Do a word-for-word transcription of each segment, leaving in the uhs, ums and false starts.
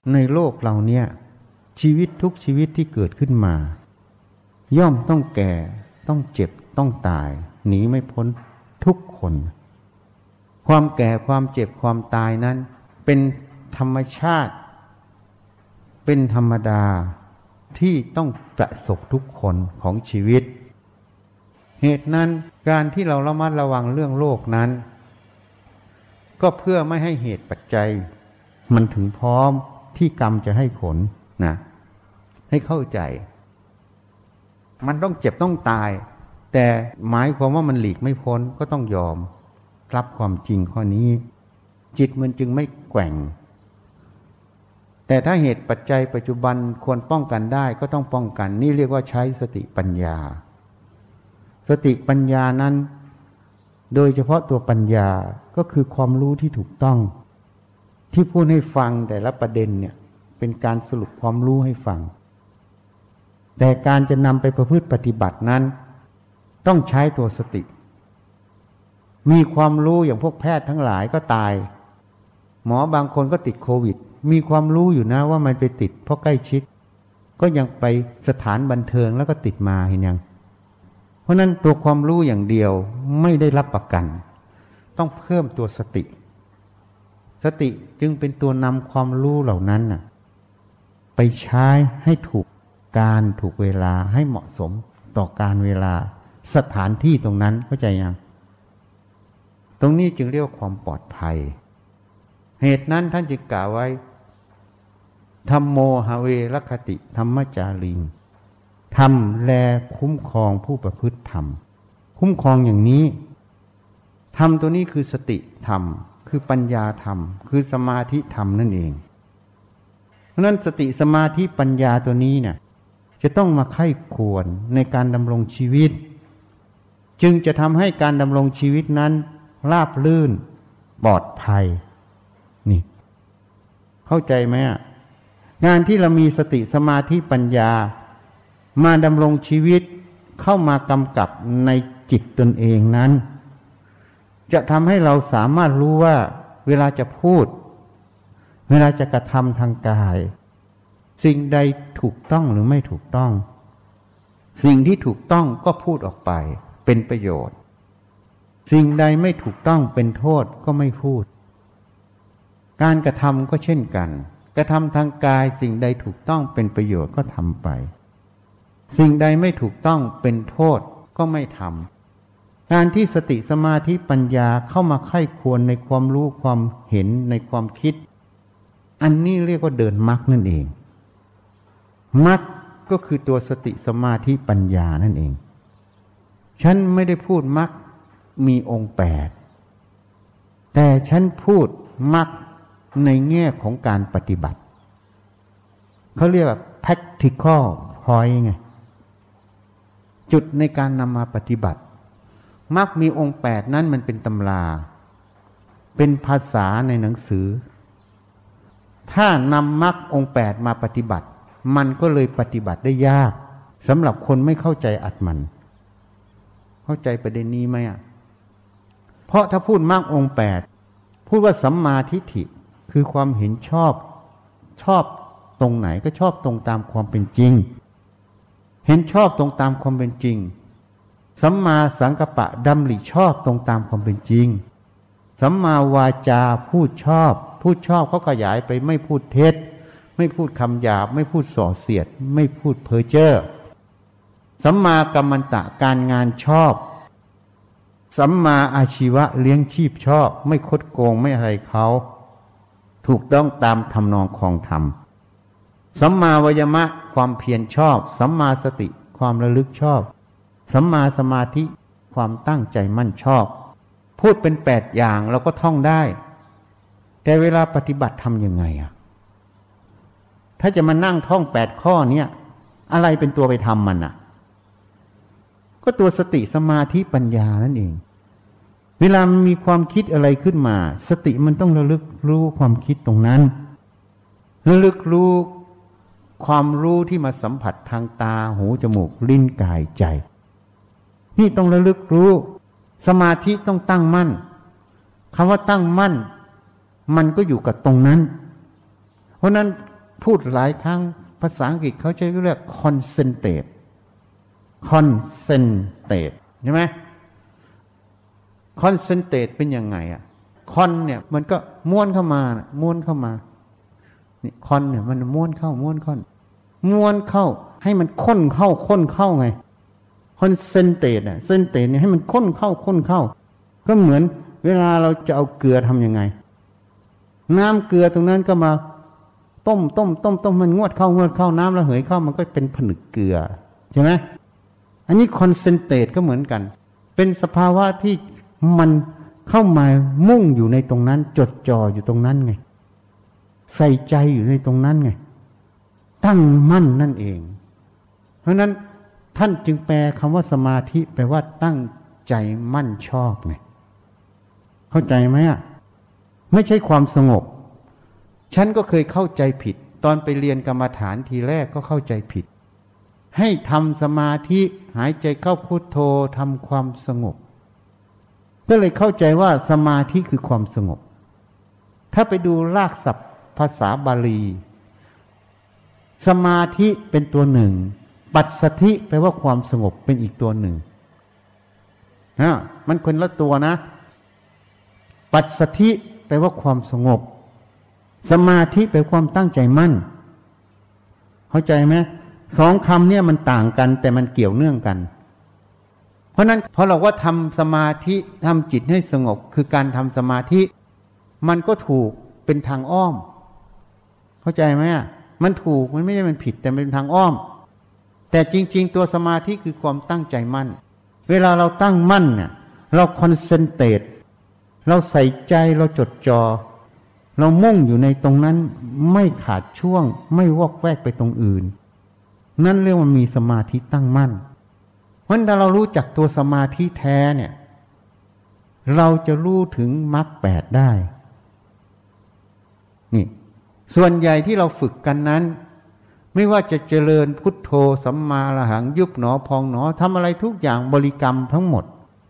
ในโลกเราเนี่ยชีวิตทุกชีวิตที่เกิดขึ้นมาย่อมต้องแก่ต้องเจ็บต้องตายหนีไม่พ้นทุกคนความแก่ความเจ็บความตายนั้นเป็นธรรมชาติเป็นธรรมดาที่ต้องประสบทุกคนของชีวิตเหตุนั้นการที่เราระมัดระวังเรื่องโลกนั้นก็เพื่อไม่ให้เหตุปัจจัยมันถึงพร้อมที่กรรมจะให้ผลนะให้เข้าใจมันต้องเจ็บต้องตายแต่หมายความว่ามันหลีกไม่พ้นก็ต้องยอมรับความจริงข้อนี้จิตมันจึงไม่แกว่งแต่ถ้าเหตุปัจจัยปัจจุบันควรป้องกันได้ก็ต้องป้องกันนี่เรียกว่าใช้สติปัญญาสติปัญญานั้นโดยเฉพาะตัวปัญญาก็คือความรู้ที่ถูกต้องที่พูดให้ฟังแต่ละประเด็นเนี่ยเป็นการสรุปความรู้ให้ฟังแต่การจะนำไปประพฤติปฏิบัตินั้นต้องใช้ตัวสติมีความรู้อย่างพวกแพทย์ทั้งหลายก็ตายหมอบางคนก็ติดโควิดมีความรู้อยู่นะว่ามันไปติดเพราะใกล้ชิดก็ยังไปสถานบันเทิงแล้วก็ติดมาเห็นยังเพราะนั้นตัวความรู้อย่างเดียวไม่ได้รับประกันต้องเพิ่มตัวสติสติจึงเป็นตัวนำความรู้เหล่านั้นน่ะไปใช้ให้ถูกการถูกเวลาให้เหมาะสมต่อการเวลาสถานที่ตรงนั้นเข้าใจยังตรงนี้จึงเรียกว่าความปลอดภัยเหตุนั้นท่านจึงกล่าวไว้ธัมโมหเวรคติธรรมจาริงธรรมแลคุ้มครองผู้ประพฤติธรรมคุ้มครองอย่างนี้ธรรมตัวนี้คือสติธรรมคือปัญญาธรรมคือสมาธิธรรมนั่นเองเพราะนั้นสติสมาธิปัญญาตัวนี้เนี่ยจะต้องมาไข้ควรในการดำรงชีวิตจึงจะทำให้การดำรงชีวิตนั้นราบรื่นปลอดภัยนี่เข้าใจไหมอ่ะงานที่เรามีสติสมาธิปัญญามาดำรงชีวิตเข้ามากำกับในจิตตนเองนั้นจะทำให้เราสามารถรู้ว่าเวลาจะพูดเวลาจะกระทำทางกายสิ่งใดถูกต้องหรือไม่ถูกต้องสิ่งที่ถูกต้องก็พูดออกไปเป็นประโยชน์สิ่งใดไม่ถูกต้องเป็นโทษก็ไม่พูดการกระทำก็เช่นกันกระทำทางกายสิ่งใดถูกต้องเป็นประโยชน์ก็ทำไปสิ่งใดไม่ถูกต้องเป็นโทษก็ไม่ทำการที่สติสมาธิปัญญาเข้ามาไข้ควรในความรู้ความเห็นในความคิดอันนี้เรียกว่าเดินมรรคนั่นเองมรรคก็คือตัวสติสมาธิปัญญานั่นเองฉันไม่ได้พูดมรรคมีองค์แปดแต่ฉันพูดมรรคในแง่ของการปฏิบัติเขาเรียกว่า practical point ไงจุดในการนำมาปฏิบัติมรรคมีองค์แปดนั้นมันเป็นตำราเป็นภาษาในหนังสือถ้านำมรรคองค์แปดมาปฏิบัติมันก็เลยปฏิบัติได้ยากสำหรับคนไม่เข้าใจอัตมันเข้าใจประเด็นนี้ไหมอ่ะเพราะถ้าพูดมรรคองค์แปดพูดว่าสัมมาทิฏฐิคือความเห็นชอบชอบตรงไหนก็ชอบตรงตามความเป็นจริงเห็นชอบตรงตามความเป็นจริงสัมมาสังกัปปะดำริชอบตรงตามความเป็นจริงสัมมาวาจาพูดชอบพูดชอบเขาขยายไปไม่พูดเท็จไม่พูดคำหยาบไม่พูดส่อเสียดไม่พูดเพ้อเจ้อสัมมากัมมันตะการงานชอบสัมมาอาชีวะเลี้ยงชีพชอบไม่คดโกงไม่อะไรเขาถูกต้องตามทำนองครองธรรมสัมมาวยามะความเพียรชอบสัมมาสติความระลึกชอบสัมมาสมาธิความตั้งใจมั่นชอบพูดเป็นแปดอย่างเราก็ท่องได้แต่เวลาปฏิบัติทำยังไงอ่ะถ้าจะมานั่งท่องแปดข้อเนี้ยอะไรเป็นตัวไปทำมันอ่ะก็ตัวสติสมาธิปัญญานั่นเองเวลามันมีความคิดอะไรขึ้นมาสติมันต้องระลึกรู้ความคิดตรงนั้นระลึกรู้ความรู้ที่มาสัมผัสทางตาหูจมูกลิ้นกายใจนี่ต้องระลึกรู้สมาธิต้องตั้งมั่นคำว่าตั้งมั่นมันก็อยู่กับตรงนั้นเพราะนั้นพูดหลายครั้งภาษาอังกฤษเขาใช้เรียก concentrate concentrate ใช่ไหม concentrate เป็นยังไงอ่ะ con เนี่ยมันก็ม้วนเข้ามาม้วนเข้ามานี่ con เนี่ยมันม้วนเข้าม้วนเข้าม้วนเข้าให้มันข้นเข้าข้นเข้าไง concentrate อ่ะ concentrate เนี่ยให้มันข้นเข้าข้นเข้าก็เหมือนเวลาเราจะเอาเกลือทำยังไงน้ำเกลือตรงนั้นก็มาต้มต้มต้มต้มมันงวดเข้างวดเข้าน้ำระเหยเข้ามันก็เป็นผนึกเกลือใช่ไหมอันนี้คอนเซนเทรตก็เหมือนกันเป็นสภาวะที่มันเข้ามามุ่งอยู่ในตรงนั้นจดจ่ออยู่ตรงนั้นไงใส่ใจอยู่ในตรงนั้นไงตั้งมั่นนั่นเองเพราะนั้นท่านจึงแปลคำว่าสมาธิแปลว่าตั้งใจมั่นชอบไงเข้าใจไหมอ่ะไม่ใช่ความสงบฉันก็เคยเข้าใจผิดตอนไปเรียนกรรมฐานทีแรกก็เข้าใจผิดให้ทำสมาธิหายใจเข้าพุทโธทำความสงบก็เลยเข้าใจว่าสมาธิคือความสงบถ้าไปดูรากศัพท์ภาษาบาลีสมาธิเป็นตัวหนึ่งปัสสัทธิแปลว่าความสงบเป็นอีกตัวหนึ่งฮะมันคนละตัวนะปัสสัทธิแปลว่าความสงบสมาธิแปลความตั้งใจมั่นเข้าใจไหมสองคำเนี่ยมันต่างกันแต่มันเกี่ยวเนื่องกันเพราะนั้นพอเราว่าทำสมาธิทำจิตให้สงบคือการทำสมาธิมันก็ถูกเป็นทางอ้อมเข้าใจไหมมันถูกมันไม่ใช่มันผิดแต่เป็นทางอ้อมแต่จริงๆตัวสมาธิคือความตั้งใจมั่นเวลาเราตั้งมั่นเนี่ยเราคอนเซนเทรตเราใส่ใจเราจดจ่อเรามุ่งอยู่ในตรงนั้นไม่ขาดช่วงไม่วอกแวกไปตรงอื่นนั่นเรียกว่ามีสมาธิตั้งมั่นเพราะถ้าเรารู้จักตัวสมาธิแท้เนี่ยเราจะรู้ถึงมรรคแปดได้นี่ส่วนใหญ่ที่เราฝึกกันนั้นไม่ว่าจะเจริญพุทโธสัมมาอรหังยุบหนอพองหนอทำอะไรทุกอย่างบริกรรมทั้งหมด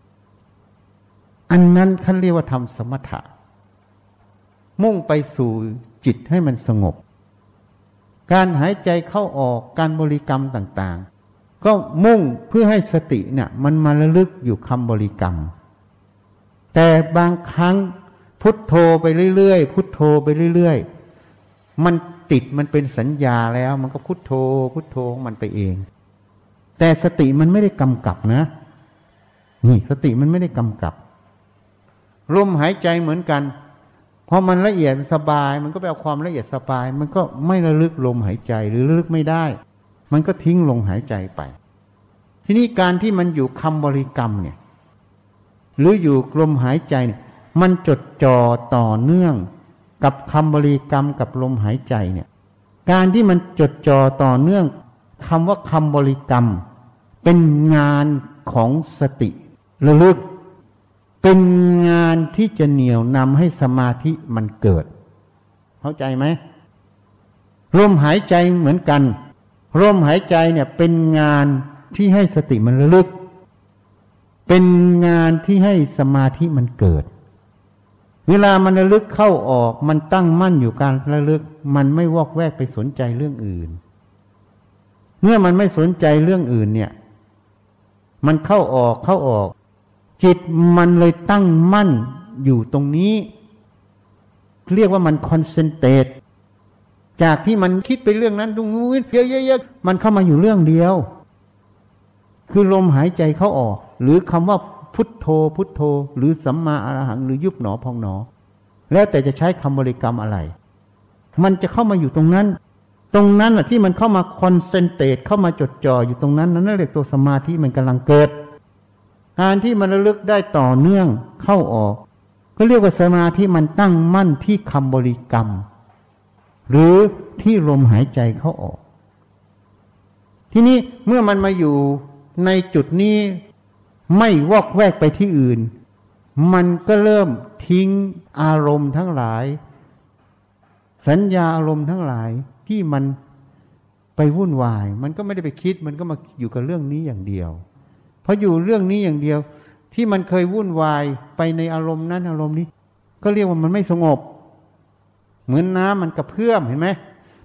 อันนั้นเขาเรียกว่าทำสมถะมุ่งไปสู่จิตให้มันสงบการหายใจเข้าออกการบริกรรมต่างๆก็มุ่งเพื่อให้สติเนี่ยมันมาระลึกอยู่คำบริกรรมแต่บางครั้งพุทโธไปเรื่อยๆพุทโธไปเรื่อยๆมันติดมันเป็นสัญญาแล้วมันก็พุทโธพุทโธของมันไปเองแต่สติมันไม่ได้กำกับนะนี่สติมันไม่ได้กำกับลมหายใจเหมือนกันพอมันละเอียดสบายมันก็ไปเอาความละเอียดสบายมันก็ไม่ระลึกลมหายใจหรือระลึกไม่ได้มันก็ทิ้งลมหายใจไปทีนี้การที่มันอยู่คำบริกรรมเนี่ยหรืออยู่ลมหายใจเนี่ยมันจดจ่อต่อเนื่องกับคำบริกรรมกับลมหายใจเนี่ยการที่มันจดจ่อต่อเนื่องคำว่าคำบริกรรมเป็นงานของสติระลึกเป็นงานที่จะเหนี่ยวนำให้สมาธิมันเกิดเข้าใจไหมลมหายใจเหมือนกันลมหายใจเนี่ยเป็นงานที่ให้สติมันระลึกเป็นงานที่ให้สมาธิมันเกิดเวลามันระลึกเข้าออกมันตั้งมั่นอยู่การระลึกมันไม่วอกแวกไปสนใจเรื่องอื่นเมื่อมันไม่สนใจเรื่องอื่นเนี่ยมันเข้าออกเข้าออกจิตมันเลยตั้งมั่นอยู่ตรงนี้เรียกว่ามันคอนเซนเทรตจากที่มันคิดไปเรื่องนั้นตรงนู้นเยอะๆมันเข้ามาอยู่เรื่องเดียวคือลมหายใจเข้าออกหรือคำว่าพุทโธพุทโธหรือสัมมาอรหังหรือยุบหนอพองหนอแล้วแต่จะใช้คำบริกรรมอะไรมันจะเข้ามาอยู่ตรงนั้นตรงนั้นแหละที่มันเข้ามาคอนเซนเทรตเข้ามาจดจ่ออยู่ตรงนั้นนั่นเรียกตัวสมาธิมันกำลังเกิดการที่มันระลึกได้ต่อเนื่องเข้าออกก็เรียกว่าสมาธิมันตั้งมั่นที่คำบริกรรมหรือที่ลมหายใจเข้าออกทีนี้เมื่อมันมาอยู่ในจุดนี้ไม่วอกแวกไปที่อื่นมันก็เริ่มทิ้งอารมณ์ทั้งหลายสัญญาอารมณ์ทั้งหลายที่มันไปวุ่นวายมันก็ไม่ได้ไปคิดมันก็มาอยู่กับเรื่องนี้อย่างเดียวเพราะอยู่เรื่องนี้อย่างเดียวที่มันเคยวุ่นวายไปในอารมณ์นั้นอารมณ์นี้ก็เรียกว่ามันไม่สงบเหมือนน้ำมันกระเพื่อมเห็นไหม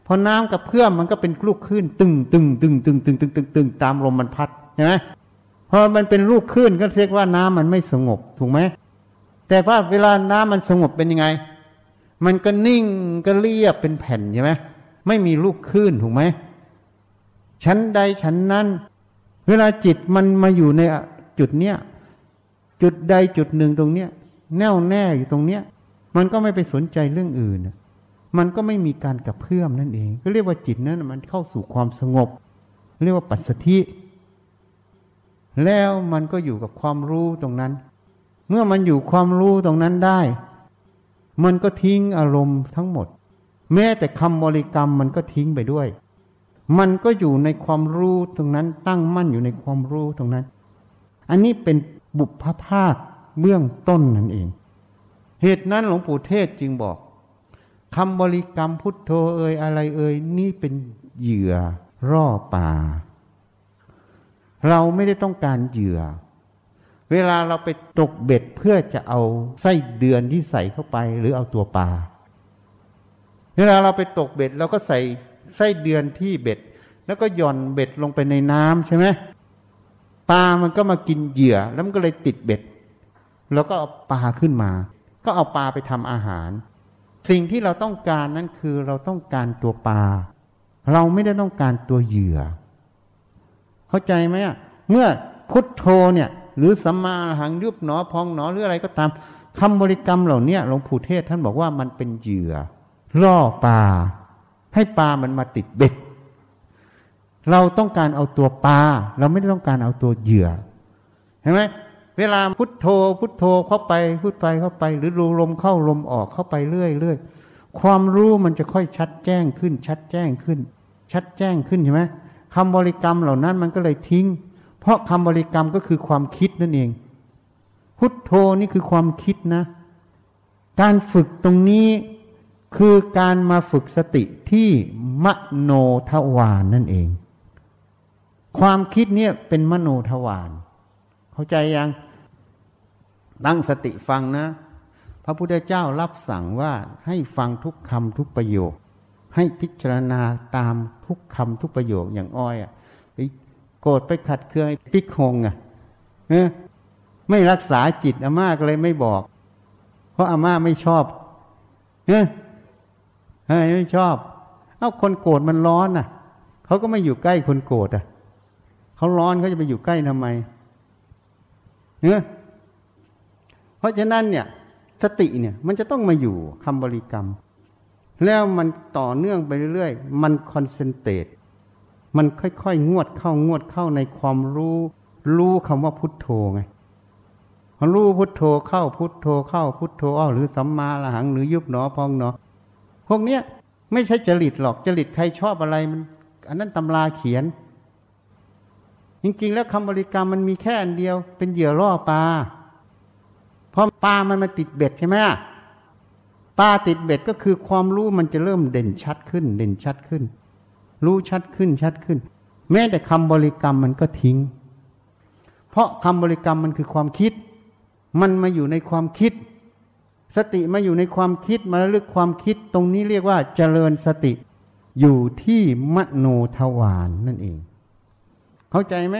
พอน้ำกับเพื่อมมันก็เป็นลูกคลื่นตึงตึงตึงตึงตึงตึงตึงตึงตามลมมันพัดใช่ไหมพอมันเป็นลูกคลื่นก็เรียกว่าน้ำมันไม่สงบถูกไหมแต่ว่าเวลาน้ำมันสงบเป็นยังไงมันก็นิ่งก็เรียบเป็นแผ่นใช่ไหมไม่มีลูกคลื่นถูกไหมชั้นใดชั้นนั้นเวลาจิตมันมาอยู่ในจุดเนี้ยจุดใดจุดหนึ่งตรงเนี้ยแน่วแน่อยู่ตรงเนี้ยมันก็ไม่ไปสนใจเรื่องอื่นมันก็ไม่มีการกระเพื่อมนั่นเองก็เรียกว่าจิตนั้นมันเข้าสู่ความสงบเรียกว่าปัสสัทธิแล้วมันก็อยู่กับความรู้ตรงนั้นเมื่อมันอยู่ความรู้ตรงนั้นได้มันก็ทิ้งอารมณ์ทั้งหมดแม้แต่คำบริกรรมมันก็ทิ้งไปด้วยมันก็อยู่ในความรู้ตรงนั้นตั้งมั่นอยู่ในความรู้ตรงนั้นอันนี้เป็นบุพภาคเบื้องต้นนั่นเองเหตุนั้นหลวงปู่เทศจึงบอกคำบริกรรมพุทโธเอ่ยอะไรเอ่ยนี่เป็นเหยื่อร่อปลาเราไม่ได้ต้องการเหยื่อเวลาเราไปตกเบ็ดเพื่อจะเอาไส้เดือนที่ใส่เข้าไปหรือเอาตัวปลาเวลาเราไปตกเบ็ดเราก็ใส่ไส้เดือนที่เบ็ดแล้วก็หย่อนเบ็ดลงไปในน้ำใช่ไหมปลามันก็มากินเหยื่อแล้วมันก็เลยติดเบ็ดแล้วก็เอาปลาขึ้นมาก็เอาปลาไปทำอาหารสิ่งที่เราต้องการนั้นคือเราต้องการตัวปลาเราไม่ได้ต้องการตัวเหยื่อเข้าใจไหมเมื่อพุทโธเนี่ยหรือสัมมาอรหังยุบหนอพองหนอหรืออะไรก็ตามคำบริกรรมเหล่านี้หลวงปู่เทศท่านบอกว่ามันเป็นเหยื่อล่อปลาให้ปลามันมาติดเบ็ดเราต้องการเอาตัวปลาเราไม่ได้ต้องการเอาตัวเหยื่อเห็นไหมเวลาพุทโธพุทโธเข้าไปพุทไปเข้าไปหรือรูลมเข้าลมออกเข้าไปเรื่อยเรื่อยความรู้มันจะค่อยชัดแจ้งขึ้นชัดแจ้งขึ้นชัดแจ้งขึ้นใช่ไหมคำบริกรรมเหล่านั้นมันก็เลยทิ้งเพราะคำบริกรรมก็คือความคิดนั่นเองพุทโธนี่คือความคิดนะการฝึกตรงนี้คือการมาฝึกสติที่มโนทวารนั่นเองความคิดเนี่ยเป็นมโนทวารเข้าใจยังตั้งสติฟังนะพระพุทธเจ้ารับสั่งว่าให้ฟังทุกคำทุกประโยคให้พิจารณาตามทุกคำทุกประโยคอย่างอ้อยอ่ะไปโกรธไปขัดเคืองไอ้ปิ๊กฮงอ่ะเออไม่รักษาจิตอาม่าก็เลยไม่บอกเพราะอาม่าไม่ชอบเออไม่ชอบเอ้าคนโกรธมันร้อนน่ะเขาก็ไม่อยู่ใกล้คนโกรธอ่ะเขาร้อนเขาจะไปอยู่ใกล้ทำไมเออเพราะฉะนั้นเนี่ยสติเนี่ยมันจะต้องมาอยู่คำบริกรรมแล้วมันต่อเนื่องไปเรื่อยๆมันคอนเซนเทรตมันค่อยๆงวดเข้างวดเข้าในความรู้รู้คำว่าพุทโธไงพอรู้พุทโธเข้าพุทโธเข้าพุทโธอ้อหรือสัมมาอรหังหรือยุบหนอพองหนอพวกเนี้ยไม่ใช่จริตหรอกจริตใครชอบอะไรมันอันนั้นตำราเขียนจริงๆแล้วคำบริกรรมมันมีแค่อันเดียวเป็นเหยื่อล่อปลาเพราะปลามันมาติดเบ็ดใช่ไหมปลาติดเบ็ดก็คือความรู้มันจะเริ่มเด่นชัดขึ้นเด่นชัดขึ้นรู้ชัดขึ้นชัดขึ้นแม้แต่คำบริกรรมมันก็ทิ้งเพราะคำบริกรรมมันคือความคิดมันมาอยู่ในความคิดสติมาอยู่ในความคิดมาระลึกความคิดตรงนี้เรียกว่าเจริญสติอยู่ที่มโนทวารนั่นเองเข้าใจไหม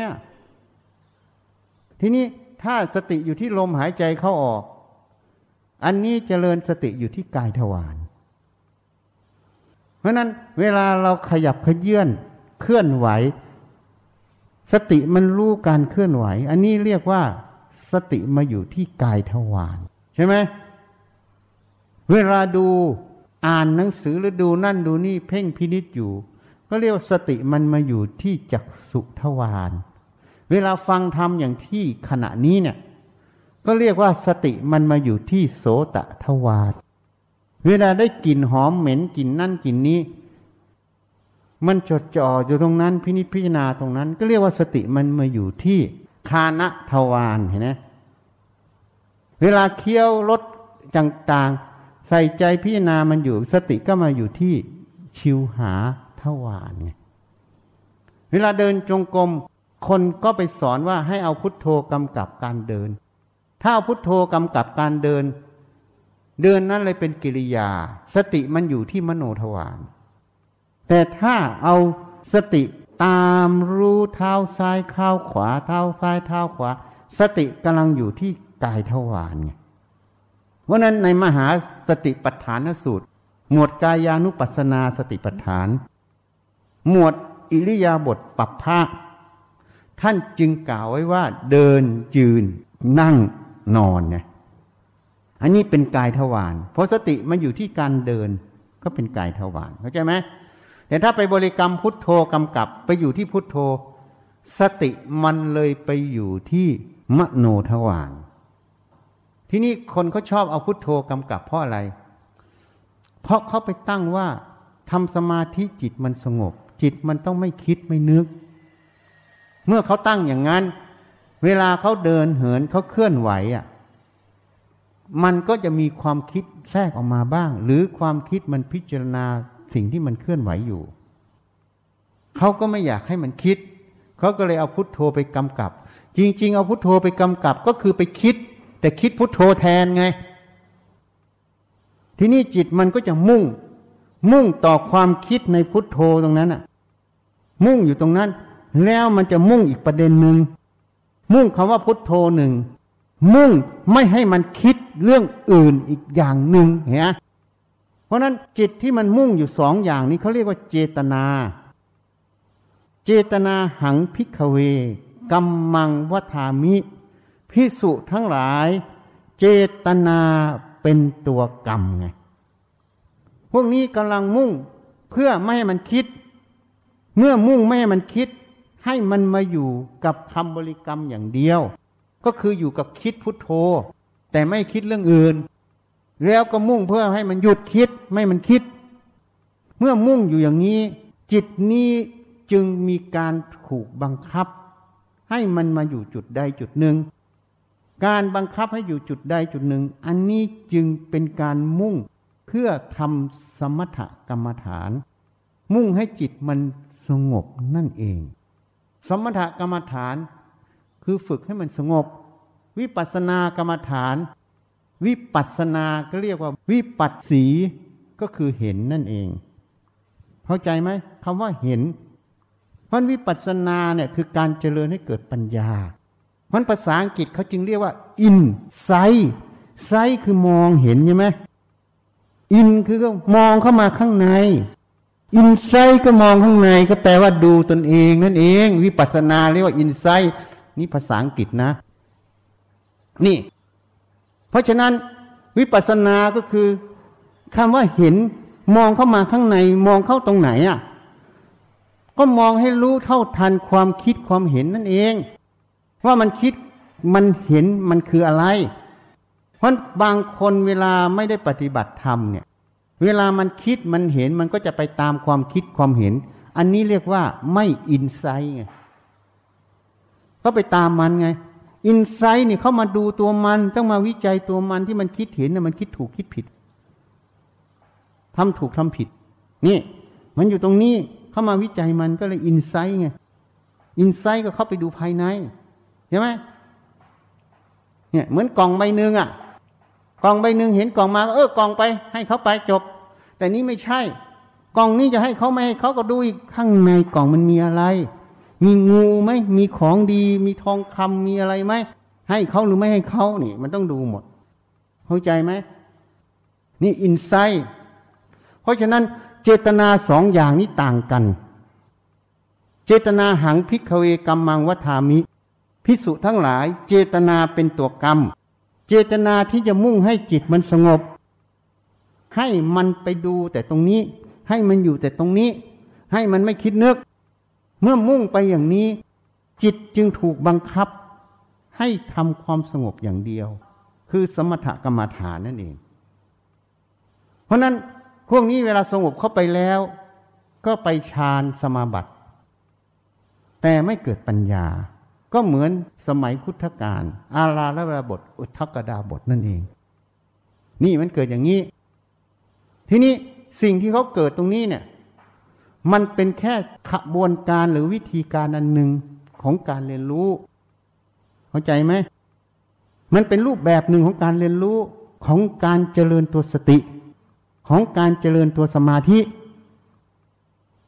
ทีนี้ถ้าสติอยู่ที่ลมหายใจเข้าออกอันนี้เจริญสติอยู่ที่กายทวารเพราะนั้นเวลาเราขยับเขยื้อนเคลื่อนไหวสติมันรู้การเคลื่อนไหวอันนี้เรียกว่าสติมาอยู่ที่กายทวารใช่ไหมเวลาดูอ่านหนังสือหรือดูนั่นดูนี่เพ่งพินิจอยู่ก็เรียกว่าสติมันมาอยู่ที่จักษุทวารเวลาฟังธรรมอย่างที่ขณะนี้เนี่ยก็เรียกว่าสติมันมาอยู่ที่โสตทวารเวลาได้กลิ่นหอมเหม็นกลิ่นนั่นกลิ่นนี้มันจดจ่ออยู่ตรงนั้นพินิจพิจารณาตรงนั้นก็เรียกว่าสติมันมาอยู่ที่คานทวารเห็นไหมเวลาเคี้ยวรสต่างๆใส่ใจพิจารณามันอยู่สติก็มาอยู่ที่ชิวหาทวารไงเวลาเดินจงกรมคนก็ไปสอนว่าให้เอาพุทโธกำกับการเดินถ้าเอาพุทโธกำกับการเดินเดินนั้นเลยเป็นกิริยาสติมันอยู่ที่มโนทวารแต่ถ้าเอาสติตามรู้เท้าซ้ายเข้าขวาเท้าซ้ายเท้าขวาสติกำลังอยู่ที่กายทวารไงเพราะนั้นในมหาสติปัฏฐานสูตรหมวดกายานุปัสสนาสติปัฏฐานหมวดอิริยาบถปัปพะท่านจึงกล่าวไว้ว่าเดินยืนนั่งนอนไงอันนี้เป็นกายทวารเพราะสติมันอยู่ที่การเดินก็เป็นกายทวารเข้าใจไหมแต่ถ้าไปบริกรรมพุทโธกำกับไปอยู่ที่พุทโธสติมันเลยไปอยู่ที่มโนทวารที่นี่คนเขาชอบเอาพุทโธกำกับเพราะอะไรเพราะเขาไปตั้งว่าทำสมาธิจิตมันสงบจิตมันต้องไม่คิดไม่นึกเมื่อเขาตั้งอย่างนั้นเวลาเขาเดินเหินเขาเคลื่อนไหวอ่ะมันก็จะมีความคิดแทรกออกมาบ้างหรือความคิดมันพิจารณาสิ่งที่มันเคลื่อนไหวอยู่เขาก็ไม่อยากให้มันคิดเขาก็เลยเอาพุทโธไปกำกับจริงๆเอาพุทโธไปกำกับก็คือไปคิดแต่คิดพุทโธแทนไงทีนี้จิตมันก็จะมุ่งมุ่งต่อความคิดในพุทโธตรงนั้นอ่ะมุ่งอยู่ตรงนั้นแล้วมันจะมุ่งอีกประเด็นหนึ่งมุ่งคำว่าพุทโธหนึ่งมุ่งไม่ให้มันคิดเรื่องอื่นอีกอย่างหนึ่งเห็นไหมเพราะนั้นจิตที่มันมุ่งอยู่สองอย่างนี้เขาเรียกว่าเจตนาเจตนาหังภิกขเวกัมมังวัฏามิภิกษุทั้งหลายเจตนาเป็นตัวกรรมไงพวกนี้กำลังมุ่งเพื่อไม่ให้มันคิดเมื่อมุ่งไม่ให้มันคิดให้มันมาอยู่กับคำบริกรรมอย่างเดียวก็คืออยู่กับคิดพุทโธแต่ไม่คิดเรื่องอื่นแล้วก็มุ่งเพื่อให้มันหยุดคิดไม่มันคิดเมื่อมุ่งอยู่อย่างนี้จิตนี้จึงมีการถูกบังคับให้มันมาอยู่จุดใดจุดหนึ่งการบังคับให้อยู่จุดใดจุดหนึ่งอันนี้จึงเป็นการมุ่งเพื่อทำสมถกรรมฐานมุ่งให้จิตมันสงบนั่นเองสมถกรรมฐานคือฝึกให้มันสงบวิปัสสนากรรมฐานวิปัสสนาก็เรียกว่าวิปัสสีก็คือเห็นนั่นเองเข้าใจไหมคำว่าเห็นเพราะวิปัสสนาเนี่ยคือการเจริญให้เกิดปัญญาเพราะภาษาอังกฤษเขาจึงเรียกว่า insight sight คือมองเห็นใช่ไหม in คือก็มองเข้ามาข้างใน insight ก็มองข้างในก็แปลว่าดูตนเองนั่นเองวิปัสสนาเรียกว่า insight นี่ภาษาอังกฤษนะนี่เพราะฉะนั้นวิปัสสนาก็คือคำว่าเห็นมองเข้ามาข้างในมองเข้าตรงไหนอ่ะก็มองให้รู้เท่าทันความคิดความเห็นนั่นเองว่ามันคิดมันเห็นมันคืออะไรเพราะบางคนเวลาไม่ได้ปฏิบัติธรรมเนี่ยเวลามันคิดมันเห็นมันก็จะไปตามความคิดความเห็นอันนี้เรียกว่าไม่อินไซต์ไงก็ไปตามมันไงอินไซต์นี่เขามาดูตัวมันต้องมาวิจัยตัวมันที่มันคิดเห็นน่ะมันคิดถูกคิดผิดทำถูกทำผิดนี่มันอยู่ตรงนี้เข้ามาวิจัยมันก็เลยอินไซต์ไงอินไซต์ก็เข้าไปดูภายในใช่ไหมเนี่ยเหมือนกล่องใบหนึ่งอ่ะกล่องใบหนึ่งเห็นกล่องมาเออกล่องไปให้เขาไปจบแต่นี้ไม่ใช่กล่องนี้จะให้เขาไม่ให้เขาก็ดูอีกข้างในกล่องมันมีอะไรมีงูไหมมีของดีมีทองคำมีอะไรไหมให้เขาหรือไม่ให้เขานี่มันต้องดูหมดเข้าใจไหมนี่อินไซต์เพราะฉะนั้นเจตนาสองอย่างนี้ต่างกันเจตนาหังภิกขเวกัมมังวัฏามิภิกษุทั้งหลายเจตนาเป็นตัวกรรมเจตนาที่จะมุ่งให้จิตมันสงบให้มันไปดูแต่ตรงนี้ให้มันอยู่แต่ตรงนี้ให้มันไม่คิดนึกเมื่อมุ่งไปอย่างนี้จิตจึงถูกบังคับให้ทำความสงบอย่างเดียวคือสมถกรรมฐานนั่นเองเพราะนั้นพวกนี้เวลาสงบเข้าไปแล้วก็ไปฌานสมาบัติแต่ไม่เกิดปัญญาก็เหมือนสมัยพุทธกาลอาราลวบทอุทธกดาบทนั่นเองนี่มันเกิดอย่างนี้ทีนี้สิ่งที่เขาเกิดตรงนี้เนี่ยมันเป็นแค่ขบวนการหรือวิธีการอันหนึ่งของการเรียนรู้เข้าใจไหมมันเป็นรูปแบบหนึ่งของการเรียนรู้ของการเจริญตัวสติของการเจริญตัวสมาธิ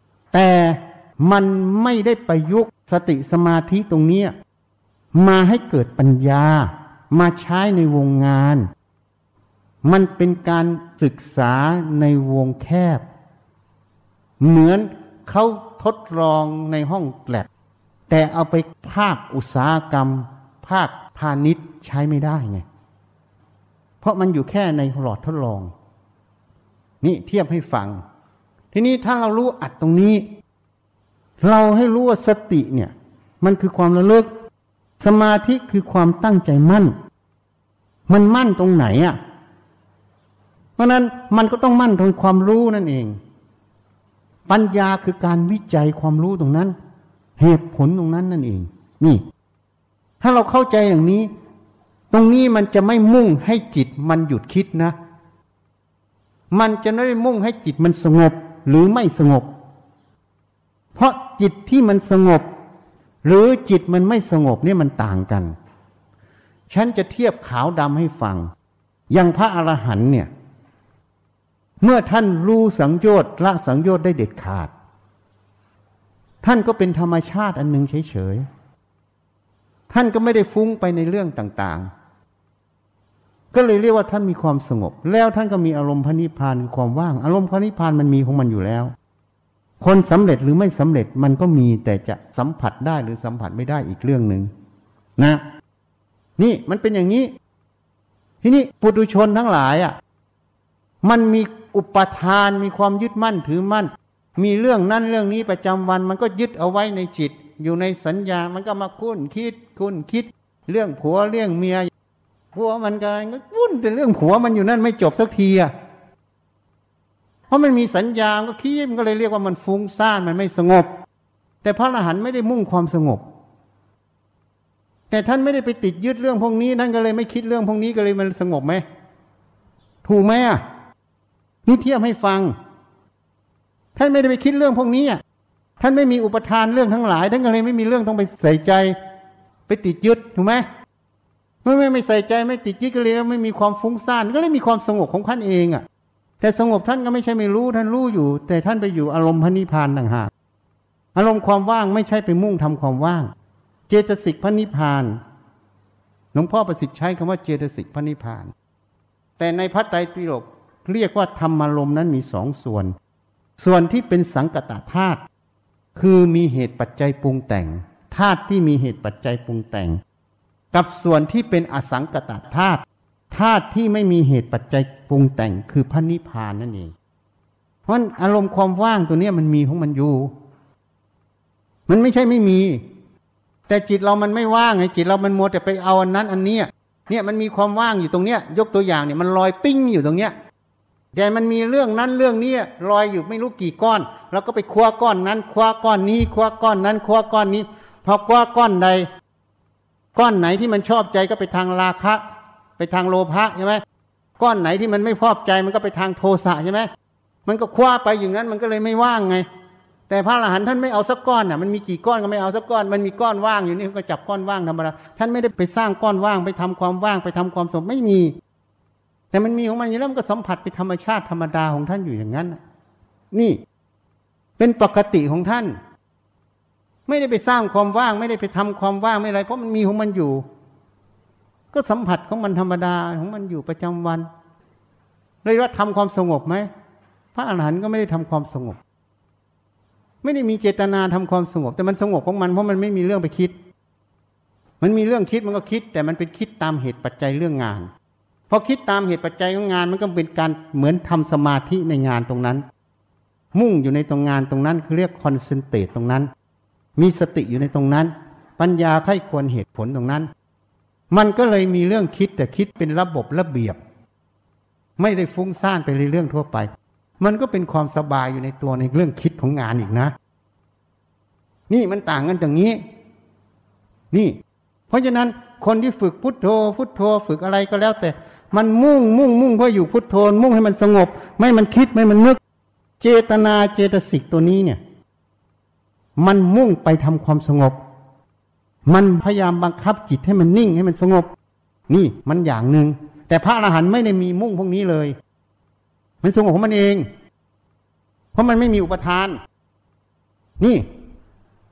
มันไม่ได้ประยุกต์สติสมาธิตรงนี้มาให้เกิดปัญญามาใช้ในวงงานมันเป็นการศึกษาในวงแคบเหมือนเขาทดลองในห้องแลบแต่เอาไปภาคอุตสาหกรรมภาคพาณิชย์ใช้ไม่ได้ไงเพราะมันอยู่แค่ในหลอดทดลองนี่เทียบให้ฟังทีนี้ถ้าเรารู้อัดตรงนี้เราให้รู้ว่าสติเนี่ยมันคือความระลึกสมาธิคือความตั้งใจมั่นมันมั่นตรงไหนอ่ะเพราะนั้นมันก็ต้องมั่นตรงความรู้นั่นเองปัญญาคือการวิจัยความรู้ตรงนั้นเหตุผลตรงนั้นนั่นเองนี่ถ้าเราเข้าใจอย่างนี้ตรงนี้มันจะไม่มุ่งให้จิตมันหยุดคิดนะมันจะไม่ได้มุ่งให้จิตมันสงบหรือไม่สงบเพราะจิตที่มันสงบหรือจิตมันไม่สงบเนี่ยมันต่างกันฉันจะเทียบขาวดำให้ฟังอย่างพระอรหันต์เนี่ยเมื่อท่านรู้สังโยชน์ละสังโยชน์ได้เด็ดขาดท่านก็เป็นธรรมชาติอันหนึ่งเฉยๆท่านก็ไม่ได้ฟุ้งไปในเรื่องต่างๆก็เลยเรียกว่าท่านมีความสงบแล้วท่านก็มีอารมณ์พระนิพพานคือความว่างอารมณ์พระนิพพานมันมีของมันอยู่แล้วคนสำเร็จหรือไม่สำเร็จมันก็มีแต่จะสัมผัสได้หรือสัมผัสไม่ได้อีกเรื่องหนึ่งนะนี่มันเป็นอย่างนี้ทีนี้ปุถุชนทั้งหลายอ่ะมันมีอุปทานมีความยึดมั่นถือมั่นมีเรื่องนั้นเรื่องนี้ประจำวันมันก็ยึดเอาไว้ในจิตอยู่ในสัญญามันก็มาคุ้นคิดคุ้นคิดเรื่องผัวเรื่องเมียผัวมันก็ก็วุ่นแต่เรื่องผัวมันอยู่นั่นไม่จบสักทีอ่ะเพราะมันมีสัญญาก็คิดมันก็เลยเรียกว่ามันฟุ้งซ่านมันไม่สงบแต่พระอรหันต์ไม่ได้มุ่งความสงบแต่ท่านไม่ได้ไปติดยึดเรื่องพวกนี้ท่านก็เลยไม่คิดเรื่องพวกนี้ก็เลยมันสงบไหมถูกไหมอ่ะนี่เทียบให้ฟังท่านไม่ได้ไปคิดเรื่องพวกนี้อ่ะท่านไม่มีอุปทานเรื่องทั้งหลายท่านก็เลยไม่มีเรื่องต้องไปใส่ใจไปติดยึดถูกไหมเมื่อไม่ไม่ใส่ใจไม่ติดยึดก็เลยไม่มีความฟุ้งซ่านก็เลยมีความสงบของท่านเองอ่ะแต่สงบท่านก็ไม่ใช่ไม่รู้ท่านรู้อยู่แต่ท่านไปอยู่อารมณ์พระนิพพานต่างหากอารมณ์ความว่างไม่ใช่ไปมุ่งทำความว่างเจตสิกพระนิพพานหลวงพ่อประสิทธิ์ใช้คำว่าเจตสิกพระนิพพานแต่ในพระไตรปิฎกเรียกว่าธรรมารมณ์นั้นมีสองส่วนส่วนที่เป็นสังกัตธาตุคือมีเหตุปัจจัยปรุงแต่งธาตุที่มีเหตุปัจจัยปรุงแต่งกับส่วนที่เป็นอสังกัตธาตุธาตุที่ไม่มีเหตุปัจจัยปรุงแต่งคือพระนิพพานนั่นเองเพราะอารมณ์ความว่างตัวนี้มันมีของมันอยู่มันไม่ใช่ไม่มีแต่จิตเรามันไม่ว่างไงจิตเรามันมัวแต่ไปเอาอันนั้นอันนี้เนี่ยมันมีความว่างอยู่ตรงเนี้ยยกตัวอย่างเนี่ยมันลอยปิ้งอยู่ตรงเนี้ยแต่มันมีเรื่องนั้นเรื่องนี้ลอยอยู่ไม่รู้กี่ก้อนแล้วก็ไปคว้าก้อนนั้นคว้าก้อนนี้คว้าก้อนนั้นคว้าก้อนนี้พอคว้าก้อนใดก้อนไหนที่มันชอบใจก็ไปทางราคะไปทางโลภะใช่ไหมก้อนไหนที่มันไม่พอใจมันก็ไปทางโทสะใช่ไหมมันก็คว้าไปอย่างนั้นมันก็เลยไม่ว่างไงแต่พระอรหันต์ท่านไม่เอาสักก้อนน่ะมันมีกี่ก้อนก็ไม่เอาสักก้อนมันมีก้อนว่างอยู่นี่ก็จับก้อนว่างธรรมดาท่านไม่ได้ไปสร้างก้อนว่างไปทำความว่างไปทำความสงบไม่มีแต่มันมีของมันอยู่แล้วมันก็สัมผัสไปธรรมชาติธรรมดาของท่านอยู่อย่างนั้นนี่เป็นปกติของท่านไม่ได้ไปสร้างความว่างไม่ได้ไปทำความว่างไม่อะไรเพราะมันมีของมันอยู่ก็สัมผัสของมันธรรมดาของมันอยู่ประจำวันเลยว่าทำความสงบไหมพระอรหันต์ก็ไม่ได้ทำความสงบไม่ได้มีเจตนาทำความสงบแต่มันสงบของมันเพราะมันไม่มีเรื่องไปคิดมันมีเรื่องคิดมันก็คิดแต่มันเป็นคิดตามเหตุปัจจัยเรื่องงานพอคิดตามเหตุปัจจัยของงานมันก็เป็นการเหมือนทำสมาธิในงานตรงนั้นมุ่งอยู่ในตรงงานตรงนั้นคือเรียกคอนเซนเทรตตรงนั้นมีสติอยู่ในตรงนั้นปัญญาไข้ควรเหตุผลตรงนั้นมันก็เลยมีเรื่องคิดแต่คิดเป็นระบบระเบียบไม่ได้ฟุ้งซ่านไปในเรื่องทั่วไปมันก็เป็นความสบายอยู่ในตัวในเรื่องคิดของงานอีกนะนี่มันต่างกันอย่างนี้นี่เพราะฉะนั้นคนที่ฝึกพุทโธพุทโธฝึกอะไรก็แล้วแต่มันมุ่งมุ่งมุ่งเพื่ออยู่พุทโธมุ่งให้มันสงบไม่มันคิดไม่มันนึกเจตนาเจตสิกตัวนี้เนี่ยมันมุ่งไปทำความสงบมันพยายามบังคับจิตให้มันนิ่งให้มันสงบนี่มันอย่างหนึ่งแต่พระอรหันต์ไม่ได้มีมุ่งพวกนี้เลยมันสงบของมันเองเพราะมันไม่มีอุปทานนี่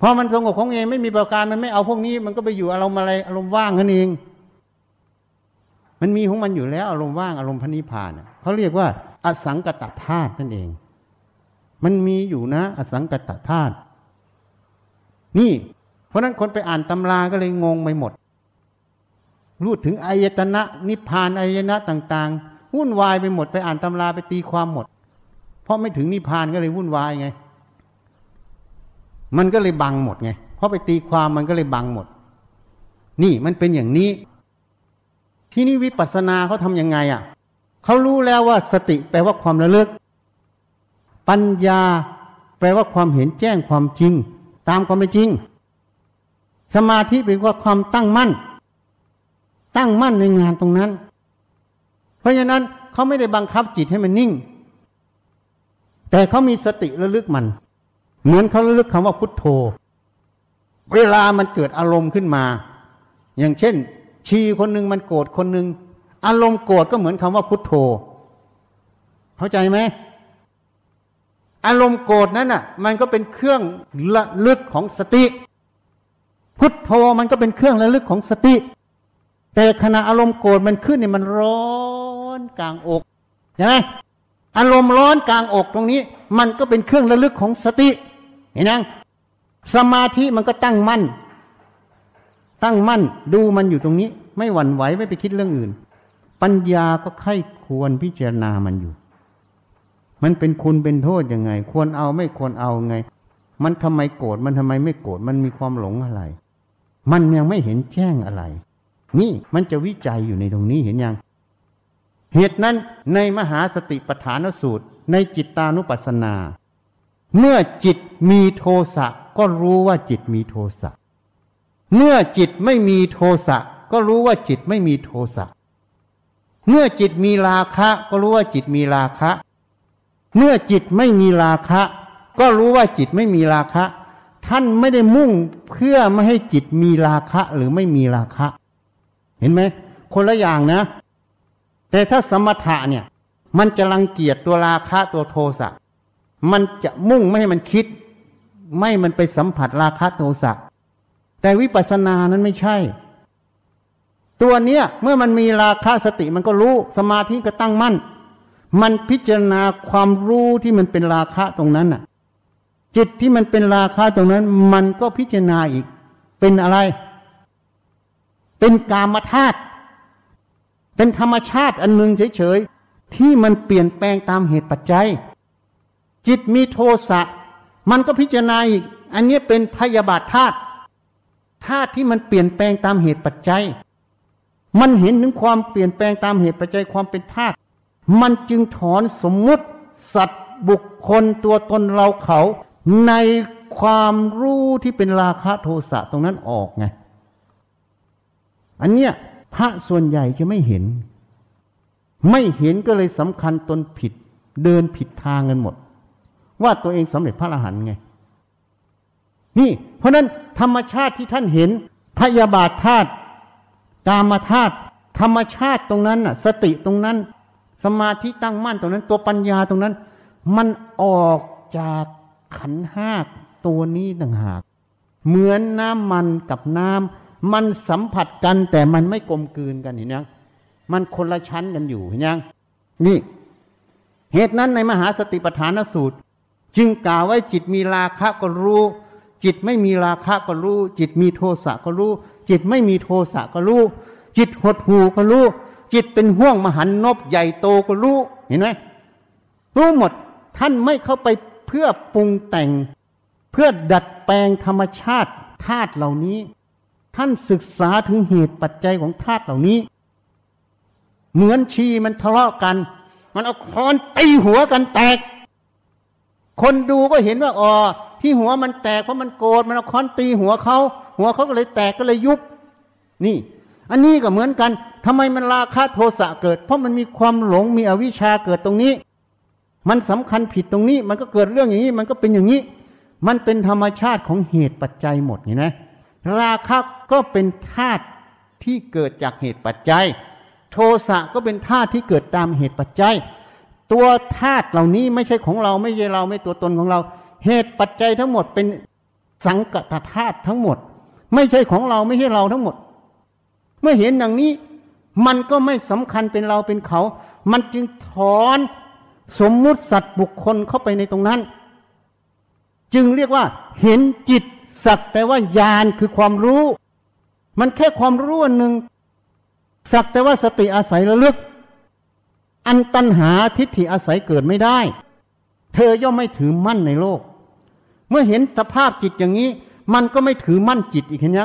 พอมันสงบของเองไม่มีประการมันไม่เอาพวกนี้มันก็ไปอยู่อารมณ์อะไรอารมณ์ว่างนั่นเองมันมีของมันอยู่แล้วอารมณ์ว่างอารมณ์พระนิพพานเขาเรียกว่าอสังกตธาตุนั่นเองมันมีอยู่นะอสังกตธาตุนี่เพราะนั้นคนไปอ่านตำราก็เลยงงไปหมดรู้ถึงอายตนะนิพพานอายตนะต่างๆวุ่นวายไปหมดไปอ่านตำราไปตีความหมดเพราะไม่ถึงนิพพานก็เลยวุ่นวายไงมันก็เลยบังหมดไงเพราะไปตีความมันก็เลยบังหมดนี่มันเป็นอย่างนี้ที่นี่วิปัสสนาเขาทำยังไงอ่ะเขารู้แล้วว่าสติแปลว่าความระลึกปัญญาแปลว่าความเห็นแจ้งความจริงตามความเป็นจริงสมาธิแปลว่าความตั้งมั่นตั้งมั่นในงานตรงนั้นเพราะฉะนั้นเขาไม่ได้บังคับจิตให้มันนิ่งแต่เขามีสติระลึกมันเหมือนเขาระลึกคำว่าพุทโธเวลามันเกิดอารมณ์ขึ้นมาอย่างเช่นชีคนหนึ่งมันโกรธคนหนึ่งอารมณ์โกรธก็เหมือนคำว่าพุทโธเข้าใจไหมอารมณ์โกรธนั้นน่ะมันก็เป็นเครื่องระลึกของสติพุทโธมันก็เป็นเครื่องระลึกของสติแต่ขณะอารมณ์โกรธมันขึ้นเนี่ยมันร้อนกลางอกใช่ไหมอารมณ์ร้อนกลางอกตรงนี้มันก็เป็นเครื่องระลึกของสติเห็นยังสมาธิมันก็ตั้งมั่นตั้งมั่นดูมันอยู่ตรงนี้ไม่หวั่นไหวไม่ไปคิดเรื่องอื่นปัญญาก็ไข้ควรพิจารณามันอยู่มันเป็นคุณเป็นโทษยังไงควรเอาไม่ควรเอาไงมันทำไมโกรธมันทำไมไม่โกรธมันมีความหลงอะไรมันยังไม่เห็นแจ้งอะไรนี่มันจะวิจัยอยู่ในตรงนี้เห็นยังเหตุนั้นในมหาสติปัฏฐานสูตรในจิตตานุปัสสนาเมื่อจิตมีโทสะก็รู้ว่าจิตมีโทสะเมื่อจิตไม่มีโทสะก็รู้ว่าจิตไม่มีโทสะเมื่อจิตมีราคะก็รู้ว่าจิตมีราคะเมื่อจิตไม่มีราคะก็รู้ว่าจิตไม่มีราคะท่านไม่ได้มุ่งเพื่อไม่ให้จิตมีราคะหรือไม่มีราคะเห็นไหมคนละอย่างนะแต่ถ้าสมถะเนี่ยมันจะรังเกียจตัวราคะตัวโทสะมันจะมุ่งไม่ให้มันคิดไม่มันไปสัมผัสราคะโทสะแต่วิปัสสนานั้นไม่ใช่ตัวเนี้ยเมื่อมันมีราคะสติมันก็รู้สมาธิก็ตั้งมั่นมันพิจารณาความรู้ที่มันเป็นราคะตรงนั้นน่ะจิตที่มันเป็นราคะตรงนั้นมันก็พิจารณาอีกเป็นอะไรเป็นกามธาตุเป็นธรรมชาติอันหนึ่งเฉยๆที่มันเปลี่ยนแปลงตามเหตุปัจจัยจิตมีโทสะมันก็พิจารณาอีกอันนี้เป็นพยาบาทธาตุธาตุที่มันเปลี่ยนแปลงตามเหตุปัจจัยมันเห็นถึงความเปลี่ยนแปลงตามเหตุปัจจัยความเป็นธาตุมันจึงถอนสมมุติสัตว์บุคคลตัวตนเราเขาในความรู้ที่เป็นราคะโทสะตรงนั้นออกไงอันเนี้ยพระส่วนใหญ่จะไม่เห็นไม่เห็นก็เลยสำคัญตนผิดเดินผิดทางกันหมดว่าตัวเองสำเร็จพระอรหันต์ไงนี่เพราะนั้นธรรมชาติที่ท่านเห็นพยาบาทธาตุกามธาตุธรรมชาติตรงนั้นน่ะสติตรงนั้นสมาธิตั้งมั่นตรงนั้นตัวปัญญาตรงนั้นมันออกจากขันธ์ห้าตัวนี้ต่างหากเหมือนน้ำมันกับน้ำมันสัมผัสกันแต่มันไม่กลมกลืนกันเห็นยังมันคนละชั้นกันอยู่เห็นยังนี่เหตุนั้นในมหาสติปัฏฐานสูตรจึงกล่าวไว้จิตมีราคะก็รู้จิตไม่มีราคะก็รู้จิตมีโทสะก็รู้จิตไม่มีโทสะก็รู้จิตหดหู่ก็รู้จิตเป็นห้วงมหันนบใหญ่โตก็รู้เห็นไหมรู้หมดท่านไม่เข้าไปเพื่อปรุงแต่งเพื่อดัดแปลงธรรมชาติธาตุเหล่านี้ท่านศึกษาถึงเหตุปัจจัยของธาตุเหล่านี้เหมือนชีมันทะเลาะกันมันเอาค้อนตีหัวกันแตกคนดูก็เห็นว่าอ๋อที่หัวมันแตกเพราะมันโกรธมันเอาค้อนตีหัวเขาหัวเขาก็เลยแตกก็เลยยุบนี่อันนี้ก็เหมือนกันทำไมมันราคะโทสะเกิดเพราะมันมีความหลงมีอวิชชาเกิดตรงนี้มันสำคัญผิดตรงนี้มันก็เกิดเรื่องอย่างนี้มันก็เป็นอย่างนี้มันเป็นธรรมชาติของเหตุปัจจัยหมดเห็นไหมราคะก็เป็นธาตุที่เกิดจากเหตุปัจจัยโทสะก็เป็นธาตุที่เกิดตามเหตุปัจจัยตัวธาตุเหล่านี้ไม่ใช่ของเราไม่ใช่เราไม่ตัวตนของเราเหตุปัจจัยทั้งหมดเป็นสังกัตธาตุทั้งหมดไม่ใช่ของเราไม่ใช่เราทั้งหมดเมื่อเห็นอย่างนี้มันก็ไม่สำคัญเป็นเราเป็นเขามันจึงถอนสมมุติสัตว์บุคคลเข้าไปในตรงนั้นจึงเรียกว่าเห็นจิตสักแต่ว่าญาณคือความรู้มันแค่ความรู้อันหนึ่งสักแต่ว่าสติอาศัยระลึกอันตัณหาทิฏฐิอาศัยเกิดไม่ได้เธอย่อมไม่ถือมั่นในโลกเมื่อเห็นสภาพจิตอย่างนี้มันก็ไม่ถือมั่นจิตอีกเห็นยัง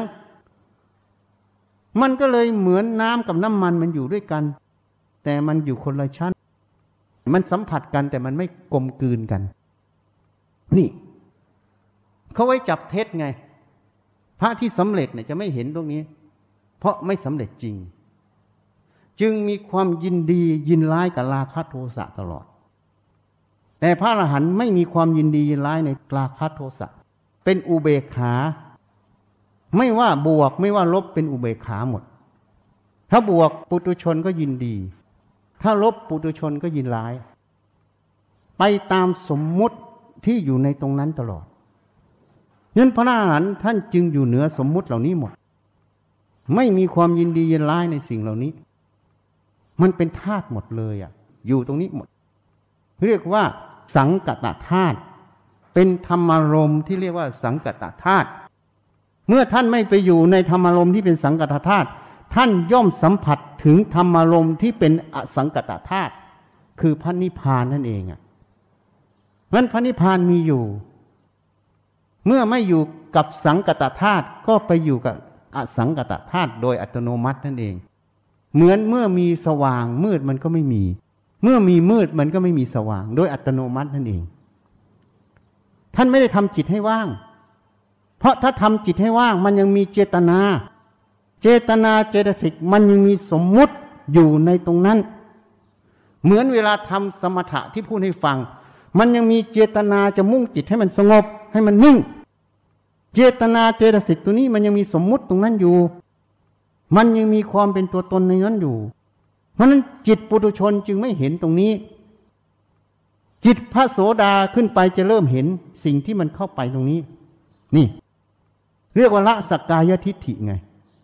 มันก็เลยเหมือนน้ำกับน้ำมันมันอยู่ด้วยกันแต่มันอยู่คนละชั้นมันสัมผัสกันแต่มันไม่กลมกลืนกันนี่เขาไว้จับเท็จไงพระที่สำเร็จเนี่ยจะไม่เห็นตรงนี้เพราะไม่สำเร็จจริงจึงมีความยินดียินร้ายกับราคะโทสะตลอดแต่พระอรหันต์ไม่มีความยินดียินร้ายในราคะโทสะเป็นอุเบกขาไม่ว่าบวกไม่ว่าลบเป็นอุเบกขาหมดถ้าบวกปุถุชนก็ยินดีถ้าลบปุถุชนก็ยินร้ายไปตามสมมุติที่อยู่ในตรงนั้นตลอดนั้นพระอรหันต์ท่านจึงอยู่เหนือสมมุติเหล่านี้หมดไม่มีความยินดียินร้ายในสิ่งเหล่านี้มันเป็นธาตุหมดเลยอ่ะอยู่ตรงนี้หมดเรียกว่าสังกัตธาตุเป็นธรรมารมณ์ที่เรียกว่าสังกัตธาตุเมื่อท่านไม่ไปอยู่ในธรรมารมณ์ที่เป็นสังกัตธาตุท่านย่อมสัมผัสถึงธรรมารมณ์ที่เป็นอสังกัตธาตุคือพระนิพพานนั่นเองอ่ะงั้นพระนิพพานมีอยู่เมื่อไม่อยู่กับสังกัตธาตุก็ไปอยู่กับอสังกัตธาตุโดยอัตโนมัตินั่นเองเหมือนเมื่อมีสว่างมืดมันก็ไม่มีเมื่อมีมืดมันก็ไม่มีสว่างโดยอัตโนมัตินั่นเองท่านไม่ได้ทำจิตให้ว่างเพราะถ้าทำจิตให้ว่างมันยังมีเจตนาเจตนาเจตสิกมันยังมีสมมุติอยู่ในตรงนั้นเหมือนเวลาทำสมถะที่พูดให้ฟังมันยังมีเจตนาจะมุ่งจิตให้มันสงบให้มันนิ่งเจตนาเจตสิกตัวนี้มันยังมีสมมุติตรงนั้นอยู่มันยังมีความเป็นตัวตนในนั้นอยู่เพราะนั้นจิตปุถุชนจึงไม่เห็นตรงนี้จิตพระโสดาขึ้นไปจะเริ่มเห็นสิ่งที่มันเข้าไปตรงนี้นี่เรียกว่าละสักกายทิฏฐิไง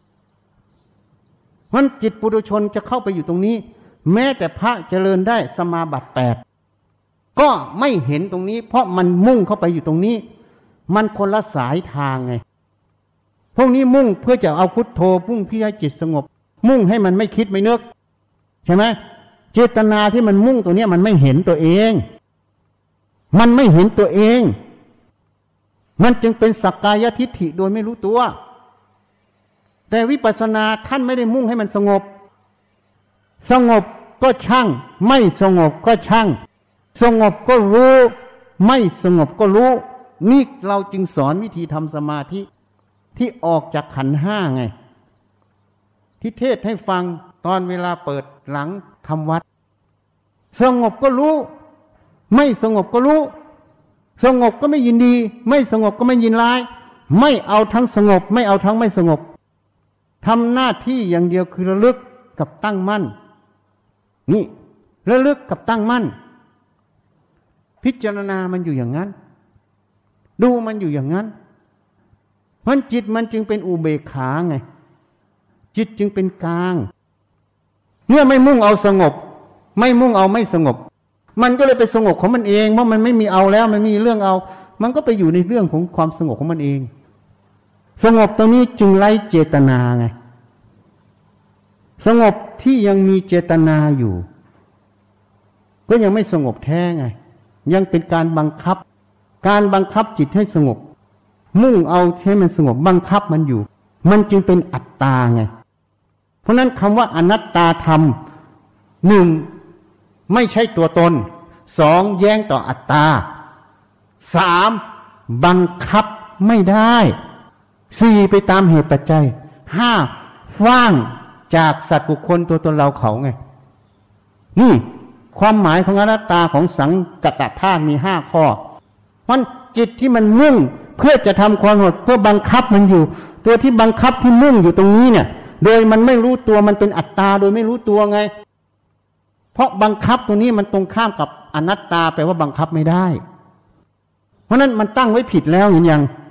มันจิตปุถุชนจะเข้าไปอยู่ตรงนี้แม้แต่พระเจริญได้สมาบัติแปดก็ไม่เห็นตรงนี้เพราะมันมุ่งเข้าไปอยู่ตรงนี้มันคนละสายทางไงพวกนี้มุ่งเพื่อจะเอาพุทโธมุ่งเพื่อให้จิตสงบมุ่งให้มันไม่คิดไม่นึกใช่ไหมเจตนาที่มันมุ่งตัวนี้มันไม่เห็นตัวเองมันไม่เห็นตัวเองมันจึงเป็นสักกายทิฏฐิโดยไม่รู้ตัวแต่วิปัสสนาท่านไม่ได้มุ่งให้มันสงบสงบก็ช่างไม่สงบก็ช่างสงบก็รู้ไม่สงบก็รู้นี่เราจึงสอนวิธีทำสมาธิที่ออกจากขันธ์ห้าไงที่เทศให้ฟังตอนเวลาเปิดหลังทำวัดสงบก็รู้ไม่สงบก็รู้สงบก็ไม่ยินดีไม่สงบก็ไม่ยินร้ายไม่เอาทั้งสงบไม่เอาทั้งไม่สงบทำหน้าที่อย่างเดียวคือระลึกกับตั้งมั่นนี่ระลึกกับตั้งมั่นพิจารณามันอยู่อย่างนั้นดูมันอยู่อย่างนั้นเพราะจิตมันจึงเป็นอุเบกขาไงจิตจึงเป็นกลางเมื่อไม่มุ่งเอาสงบไม่มุ่งเอาไม่สงบมันก็เลยไปสงบของมันเองเพราะมันไม่มีเอาแล้วมันมีเรื่องเอามันก็ไปอยู่ในเรื่องของความสงบของมันเองสงบตรงนี้จึงไร้เจตนาไงสงบที่ยังมีเจตนาอยู่ก็ยังไม่สงบแท้ไงยังเป็นการบังคับการบังคับจิตให้สงบมุ่งเอาให้มันสงบบังคับมันอยู่มันจึงเป็นอัตตาไงเพราะนั้นคำว่าอนัตตาธรรมหนึ่งไม่ใช่ตัวตนสองแย้งต่ออัตตาสามบังคับไม่ได้สี่ไปตามเหตุปัจจัยห้าว่างจากสัตว์บุคคลตัวตนเราเขาไงนี่ความหมายของอนัตตาของสังกัตธาตุมีห้าข้อเพราะจิตที่มันมุ่งเพื่อจะทำความสงบเพื่อบังคับมันอยู่ตัวที่บังคับที่มุ่งอยู่ตรงนี้เนี่ยโดยมันไม่รู้ตัวมันเป็นอัตตาโดยไม่รู้ตัวไงเพราะบังคับตัวนี้มันตรงข้ามกับอนัตตาแปลว่าบังคับไม่ได้เพราะนั้นมันตั้งไว้ผิดแล้วเห็นยัง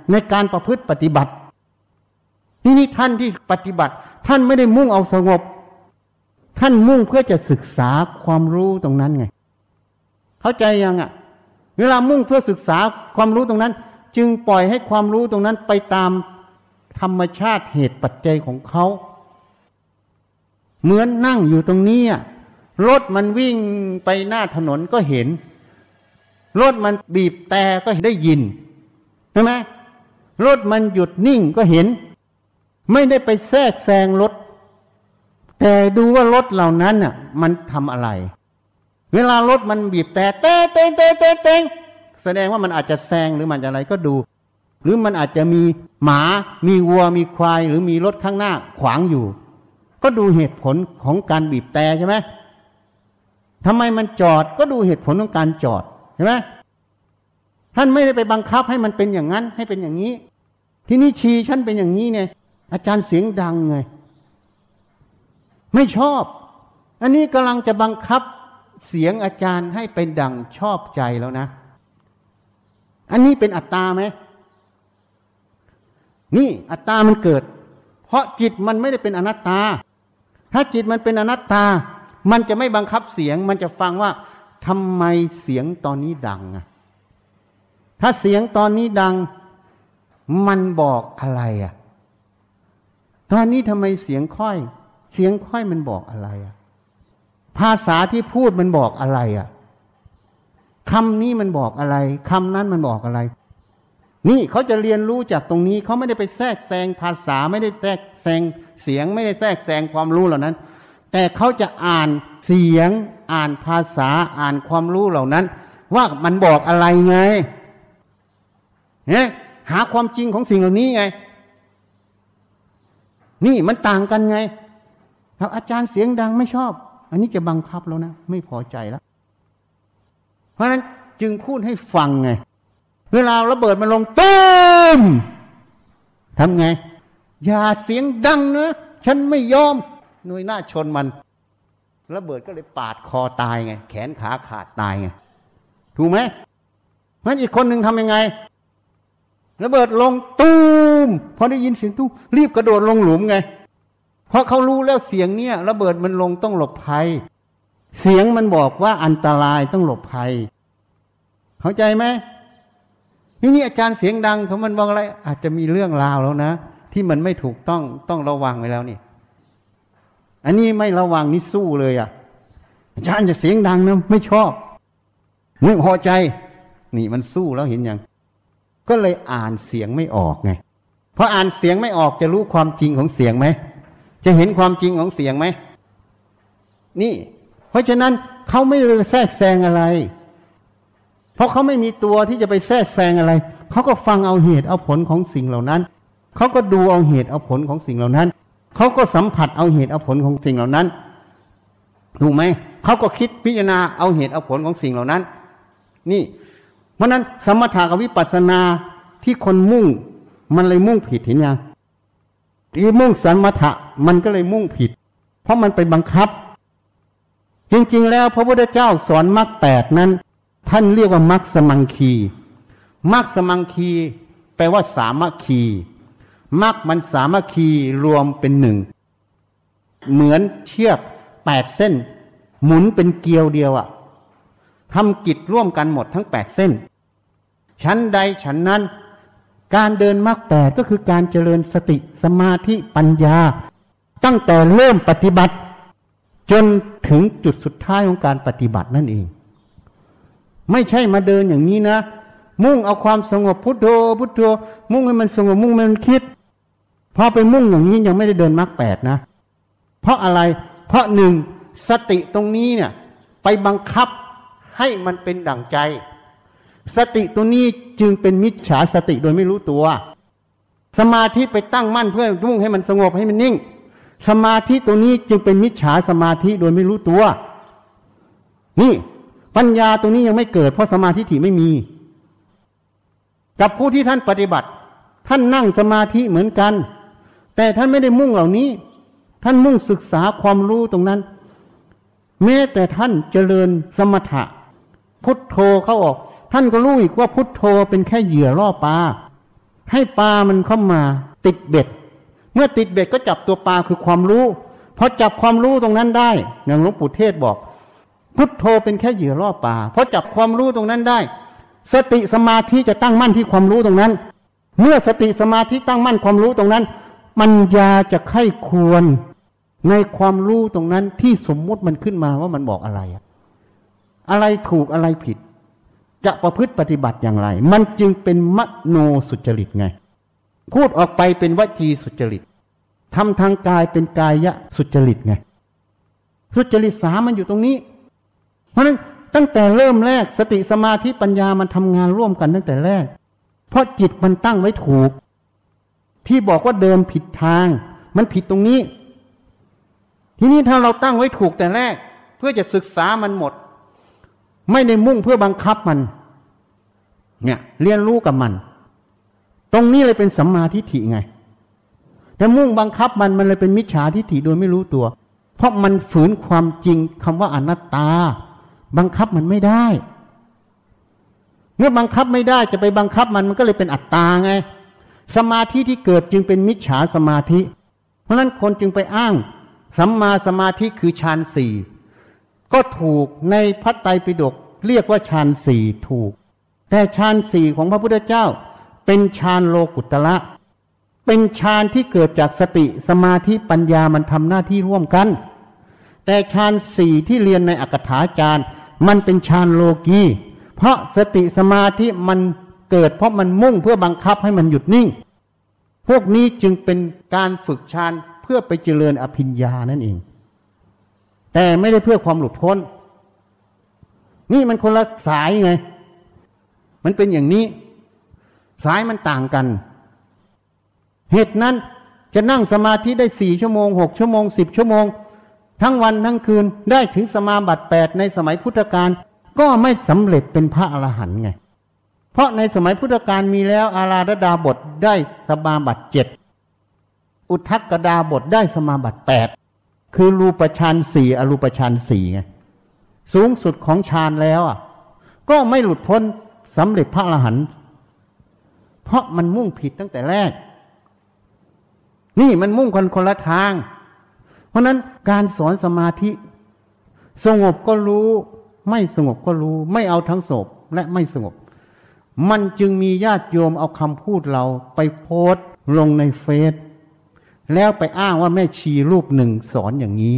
ในการประพฤติปฏิบัตินี่นี่ท่านที่ปฏิบัติท่านไม่ได้มุ่งเอาสงบท่านมุ่งเพื่อจะศึกษาความรู้ตรงนั้นไงเข้าใจยังอ่ะเวลามุ่งเพื่อศึกษาความรู้ตรงนั้นจึงปล่อยให้ความรู้ตรงนั้นไปตามธรรมชาติเหตุปัจจัยของเขาเหมือนนั่งอยู่ตรงนี้รถมันวิ่งไปหน้าถนนก็เห็นรถมันบีบแต่ก็ได้ยินใช่ไหมรถมันหยุดนิ่งก็เห็นไม่ได้ไปแทรกแซงรถแต่ดูว่ารถเหล่านั้นน่ะมันทำอะไรเวลารถมันบีบแต่เต้เต้เต้เต้เต้แสดงว่ามันอาจจะแซงหรือมันอะไรก็ดูหรือมันอาจจะมีหมามีวัวมีควายหรือมีรถข้างหน้าขวางอยู่ก็ดูเหตุผลของการบีบแต่ใช่ไหมทำไมมันจอดก็ดูเหตุผลของการจอดใช่ไหมท่านไม่ได้ไปบังคับให้มันเป็นอย่างนั้นให้เป็นอย่างนี้ที่นี่ชีฉันเป็นอย่างนี้เนี่ยอาจารย์เสียงดังไงไม่ชอบอันนี้กำลังจะบังคับเสียงอาจารย์ให้เป็นดังชอบใจแล้วนะอันนี้เป็นอัตตาไหมนี่อัตตามันเกิดเพราะจิตมันไม่ได้เป็นอนัตตาถ้าจิตมันเป็นอนัตตามันจะไม่บังคับเสียงมันจะฟังว่าทำไมเสียงตอนนี้ดังอ่ะถ้าเสียงตอนนี้ดังมันบอกอะไรอ่ะตอนนี้ทำไมเสียงค่อยเสียงค่อยมันบอกอะไรอ่ะภาษาที่พูดมันบอกอะไรอ่ะคำนี้มันบอกอะไรคำนั้นมันบอกอะไรนี่เขาจะเรียนรู้จากตรงนี้เขาไม่ได้ไปแทรกแซงภาษาไม่ได้แทรกแซงเสียงไม่ได้แทรกแซงความรู้เหล่านั้นแต่เขาจะอ่านเสียงอ่านภาษาอ่านความรู้เหล่านั้นว่ามันบอกอะไรไงเนี่ยหาความจริงของสิ่งเหล่านี้ไงนี่มันต่างกันไงถ้าอาจารย์เสียงดังไม่ชอบอันนี้จะบังคับแล้วนะไม่พอใจแล้วเพราะฉะนั้นจึงพูดให้ฟังไงเวลาระเบิดมันลงตุ้มทำไงอย่าเสียงดังนะฉันไม่ยอมหน่วยหน้าชนมันระเบิดก็เลยปาดคอตายไงแขนขาขาดตายไงถูกไหมเพราะฉะนั้นอีกคนหนึ่งทำยังไงระเบิดลงตุ้มพอได้ยินเสียงตุ้มรีบกระโดดลงหลุมไงเพราะเขารู้แล้วเสียงเนี้ยระเบิดมันลงต้องหลบภัยเสียงมันบอกว่าอันตรายต้องหลบภัยเข้าใจไหมนี่นี่อาจารย์เสียงดังเขามันบอกอะไรอาจจะมีเรื่องราวแล้วนะที่มันไม่ถูกต้องต้องระวังไว้แล้วนี่อันนี้ไม่ระวังนี่สู้เลยอ่ะอาจารย์จะเสียงดังนะไม่ชอบไม่พอใจนี่มันสู้แล้วเห็นยังก็เลยอ่านเสียงไม่ออกไงเพราะอ่านเสียงไม่ออกจะรู้ความจริงของเสียงไหมจะเห็นความจริงของเสียงไหมนี่เพราะฉะนั้นเขาไม่ได้ไปแทรกแซงอะไรเพราะเขาไม่มีตัวที่จะไปแทรกแซงอะไรเขาก็ฟังเอาเหตุเอาผลของสิ่งเหล่านั้นเขาก็ดูเอาเหตุเอาผลของสิ่งเหล่านั้นเขาก็สัมผัสเอาเหตุเอาผลของสิ่งเหล่านั้นถูกไหมเขาก็คิดพิจารณาเอาเหตุเอาผลของสิ่งเหล่านั้นนี่เพราะนั้นสมถะกับวิปัสสนาที่คนมุ่งมันเลยมุ่งผิดเห็นยังที่มุ่งสมถะมันก็เลยมุ่งผิดเพราะมันไปบังคับจริงๆแล้วพระพุทธเจ้าสอนมรรคแปดนั้นท่านเรียกว่ามรรคสมังคีมรรคสมังคีแปลว่าสามัคคีมรรคมันสามัคคีรวมเป็นหนึ่งเหมือนเชือกแปดเส้นหมุนเป็นเกลียวเดียวอะทำกิจร่วมกันหมดทั้งแปดเส้นชั้นใดฉันนั้นการเดินมรรคแปดก็คือการเจริญสติสมาธิปัญญาตั้งแต่เริ่มปฏิบัติจนถึงจุดสุดท้ายของการปฏิบัตินั่นเองไม่ใช่มาเดินอย่างนี้นะมุ่งเอาความสงบพุทโธพุทโธมุ่งให้มันสงบมุ่งให้มันคิดพอไปมุ่งอย่างนี้ยังไม่ได้เดินมรรคแปดนะเพราะอะไรเพราะหนึ่งสติตรงนี้เนี่ยไปบังคับให้มันเป็นดั่งใจสติตัวนี้จึงเป็นมิจฉาสติโดยไม่รู้ตัวสมาธิไปตั้งมั่นเพื่อมุ่งให้มันสงบให้มันนิ่งสมาธิตัวนี้จึงเป็นมิจฉาสมาธิโดยไม่รู้ตัวนี่ปัญญาตรงนี้ยังไม่เกิดเพราะสมาธิถี่ไม่มีกับผู้ที่ท่านปฏิบัติท่านนั่งสมาธิเหมือนกันแต่ท่านไม่ได้มุ่งเหล่านี้ท่านมุ่งศึกษาความรู้ตรงนั้นแม้แต่ท่านเจริญสมถะพุทโธเข้าออกท่านก็รู้อีกว่าพุทโธเป็นแค่เหยื่อล่อปลาให้ปลามันเข้ามาติดเบ็ดเมื่อติดเบ็ดก็จับตัวปลาคือความรู้พอจับความรู้ตรงนั้นได้อย่างหลวงปู่เทศบอกพุทโธเป็นแค่เหยื่อล่อปลาพอจับความรู้ตรงนั้นได้สติสมาธิจะตั้งมั่นที่ความรู้ตรงนั้นเมื่อสติสมาธิตั้งมั่นความรู้ตรงนั้นปัญญาจะไข้ควรในความรู้ตรงนั้นที่สมมุติมันขึ้นมาว่ามันบอกอะไรอะไรถูกอะไรผิดจะประพฤติปฏิบัติอย่างไรมันจึงเป็นมโนสุจริตไงพูดออกไปเป็นวจีสุจริตทำทางกายเป็นกายสุจริตไงสุจริตสามมันอยู่ตรงนี้เพราะฉะนั้นตั้งแต่เริ่มแรกสติสมาธิปัญญามันทำงานร่วมกันตั้งแต่แรกเพราะจิตมันตั้งไว้ถูกที่บอกว่าเดินผิดทางมันผิดตรงนี้ทีนี้ถ้าเราตั้งไว้ถูกแต่แรกเพื่อจะศึกษามันหมดไม่ได้มุ่งเพื่อบังคับมันเนี่ยเรียนรู้กับมันตรงนี้เลยเป็นสัมมาทิฏฐิไงแต่มุ่งบังคับมันมันเลยเป็นมิจฉาทิฏฐิโดยไม่รู้ตัวเพราะมันฝืนความจริงคำว่าอนัตตาบังคับมันไม่ได้เมื่อบังคับไม่ได้จะไปบังคับมันมันก็เลยเป็นอัตตาไงสมาธิที่เกิดจึงเป็นมิจฉาสมาธิเพราะฉะนั้นคนจึงไปอ้างสัมมาสมาธิคือฌานสี่ก็ถูกในพระไตรปิฎกเรียกว่าฌานสี่ถูกแต่ฌานสี่ของพระพุทธเจ้าเป็นฌานโลกุตระเป็นฌานที่เกิดจากสติสมาธิปัญญามันทำหน้าที่ร่วมกันแต่ฌานสี่ที่เรียนในอักถาจารย์มันเป็นฌานโลกีเพราะสติสมาธิมันเกิดเพราะมันมุ่งเพื่อบังคับให้มันหยุดนิ่งพวกนี้จึงเป็นการฝึกฌานเพื่อไปเจริญอภิญญานั่นเองแต่ไม่ได้เพื่อความหลุดพ้นนี่มันคนละสายไงมันเป็นอย่างนี้สายมันต่างกันเหตุนั้นจะนั่งสมาธิได้สี่ชั่วโมงหกชั่วโมงสิบชั่วโมงทั้งวันทั้งคืนได้ถึงสมาบัติแปดในสมัยพุทธกาลก็ไม่สำเร็จเป็นพระอรหันต์ไงเพราะในสมัยพุทธกาลมีแล้วอาราธดาบทได้สมาบัติเจ็ดอุทธักกดาบทได้สมาบัติแปดคือรูปฌานสี่อรูปฌานสี่ไงสูงสุดของฌานแล้วอ่ะก็ไม่หลุดพ้นสำเร็จพระอรหันต์เพราะมันมุ่งผิดตั้งแต่แรกนี่มันมุ่งคนคนละทางเพราะนั้นการสอนสมาธิสงบก็รู้ไม่สงบก็รู้ไม่เอาทั้งสงบและไม่สงบมันจึงมีญาติโยมเอาคำพูดเราไปโพสต์ลงในเฟซแล้วไปอ้างว่าแม่ชีรูปหนึ่งสอนอย่างนี้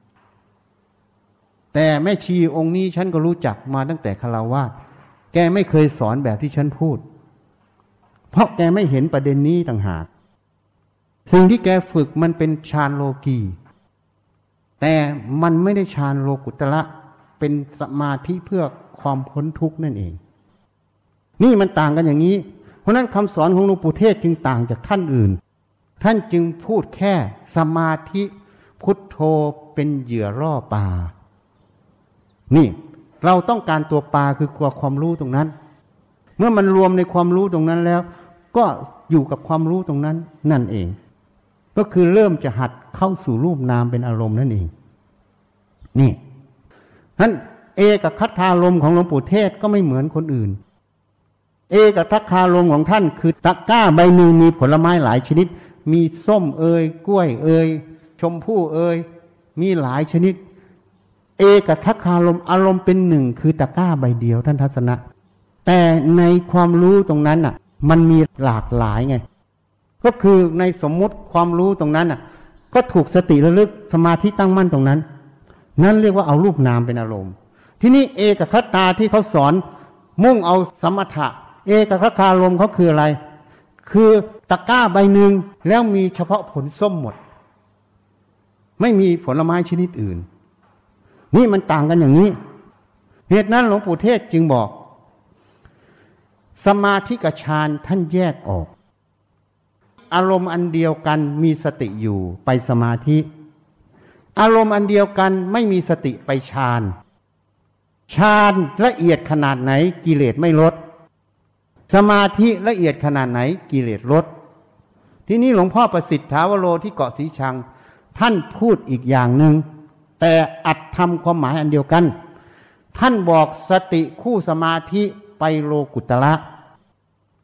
แต่แม่ชีองค์นี้ฉันก็รู้จักมาตั้งแต่คฤหัสถ์แกไม่เคยสอนแบบที่ฉันพูดเพราะแกไม่เห็นประเด็นนี้ต่างหากสิ่งที่แกฝึกมันเป็นฌานโลกีแต่มันไม่ได้ฌานโลกุตระเป็นสมาธิเพื่อความพ้นทุกข์นั่นเองนี่มันต่างกันอย่างนี้เพราะนั้นคำสอนของหลวงปู่เทศจึงต่างจากท่านอื่นท่านจึงพูดแค่สมาธิพุทโธเป็นเหยื่อล่อปลานี่เราต้องการตัวปลาคือความรู้ตรงนั้นเมื่อมันรวมในความรู้ตรงนั้นแล้วก็อยู่กับความรู้ตรงนั้นนั่นเองก็คือเริ่มจะหัดเข้าสู่รูปนามเป็นอารมณ์นั่นเองนี่นั้นเอกคัตถารมณ์ของหลวงปู่เทศก็ไม่เหมือนคนอื่นเอกคัตถารมณ์ของท่านคือตะกร้าใบหนึ่งมีผลไม้หลายชนิดมีส้มเอ่ยกล้วยเอ่ยชมพู่เอ่ยมีหลายชนิดเอกคัตถารมณ์อารมณ์เป็นหนึ่งคือตะกร้าใบเดียวท่านทัศนะแต่ในความรู้ตรงนั้นน่ะมันมีหลากหลายไงก็คือในสมมุติความรู้ตรงนั้นน่ะก็ถูกสติระลึกสมาธิตั้งมั่นตรงนั้นนั่นเรียกว่าเอารูปนามเป็นอารมณ์ที่นี่เอกคัตตาที่เขาสอนมุ่งเอาสมถะเอกคัตถารมณ์เขาคืออะไรคือตะกร้าใบหนึ่งแล้วมีเฉพาะผลส้มหมดไม่มีผลไม้ชนิดอื่นนี่มันต่างกันอย่างนี้เหตุนั้นหลวงปู่เทศจึงบอกสมาธิกับฌานท่านแยกออกอารมณ์อันเดียวกันมีสติอยู่ไปสมาธิอารมณ์อันเดียวกันไม่มีสติไปฌานฌานละเอียดขนาดไหนกิเลสไม่ลดสมาธิละเอียดขนาดไหนกิเลสลดที่นี่หลวงพ่อประสิทธิ์ถาวโรที่เกาะสีชังท่านพูดอีกอย่างหนึ่งแต่อัดทำความหมายอันเดียวกันท่านบอกสติคู่สมาธิไปโลกุตระ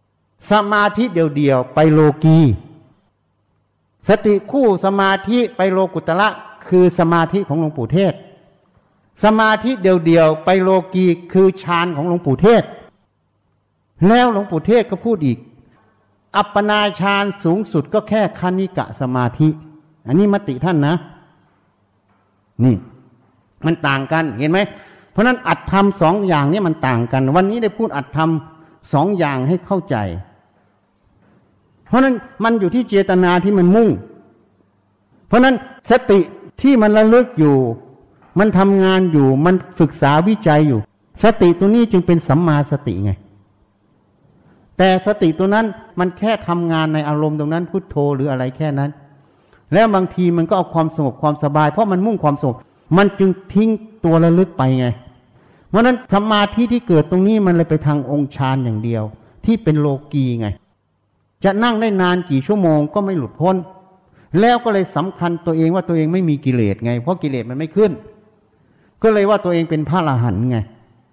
สมาธิเดียวๆไปโลกีสติคู่สมาธิไปโลกุตระคือสมาธิของหลวงปู่เทศสมาธิเดียวๆไปโลกีคือฌานของหลวงปู่เทศแล้วหลวงปู่เทศก็พูดอีกอัปปนาฌานสูงสุดก็แค่คณิกะสมาธิอันนี้มติท่านนะนี่มันต่างกันเห็นไหมเพราะนั้นอัตธรรมสองอย่างนี้มันต่างกันวันนี้ได้พูดอัตธรรมสองอย่างให้เข้าใจเพราะนั้นมันอยู่ที่เจตนาที่มันมุ่งเพราะนั้นสติที่มันระลึกอยู่มันทำงานอยู่มันศึกษาวิจัยอยู่สติตัวนี้จึงเป็นสัมมาสติไงแต่สติตัวนั้นมันแค่ทำงานในอารมณ์ตรงนั้นพุทโธหรืออะไรแค่นั้นแล้วบางทีมันก็เอาความสงบความสบายเพราะมันมุ่งความสงบมันจึงทิ้งตัวระลึกไปไงเพราะนั้นสมาธิที่เกิดตรงนี้มันเลยไปทางองค์ฌานอย่างเดียวที่เป็นโลกีไงจะนั่งได้นานกี่ชั่วโมงก็ไม่หลุดพ้นแล้วก็เลยสำคัญตัวเองว่าตัวเองไม่มีกิเลสไงเพราะกิเลสมันไม่ขึ้นก็เลยว่าตัวเองเป็นพระอรหันต์ไง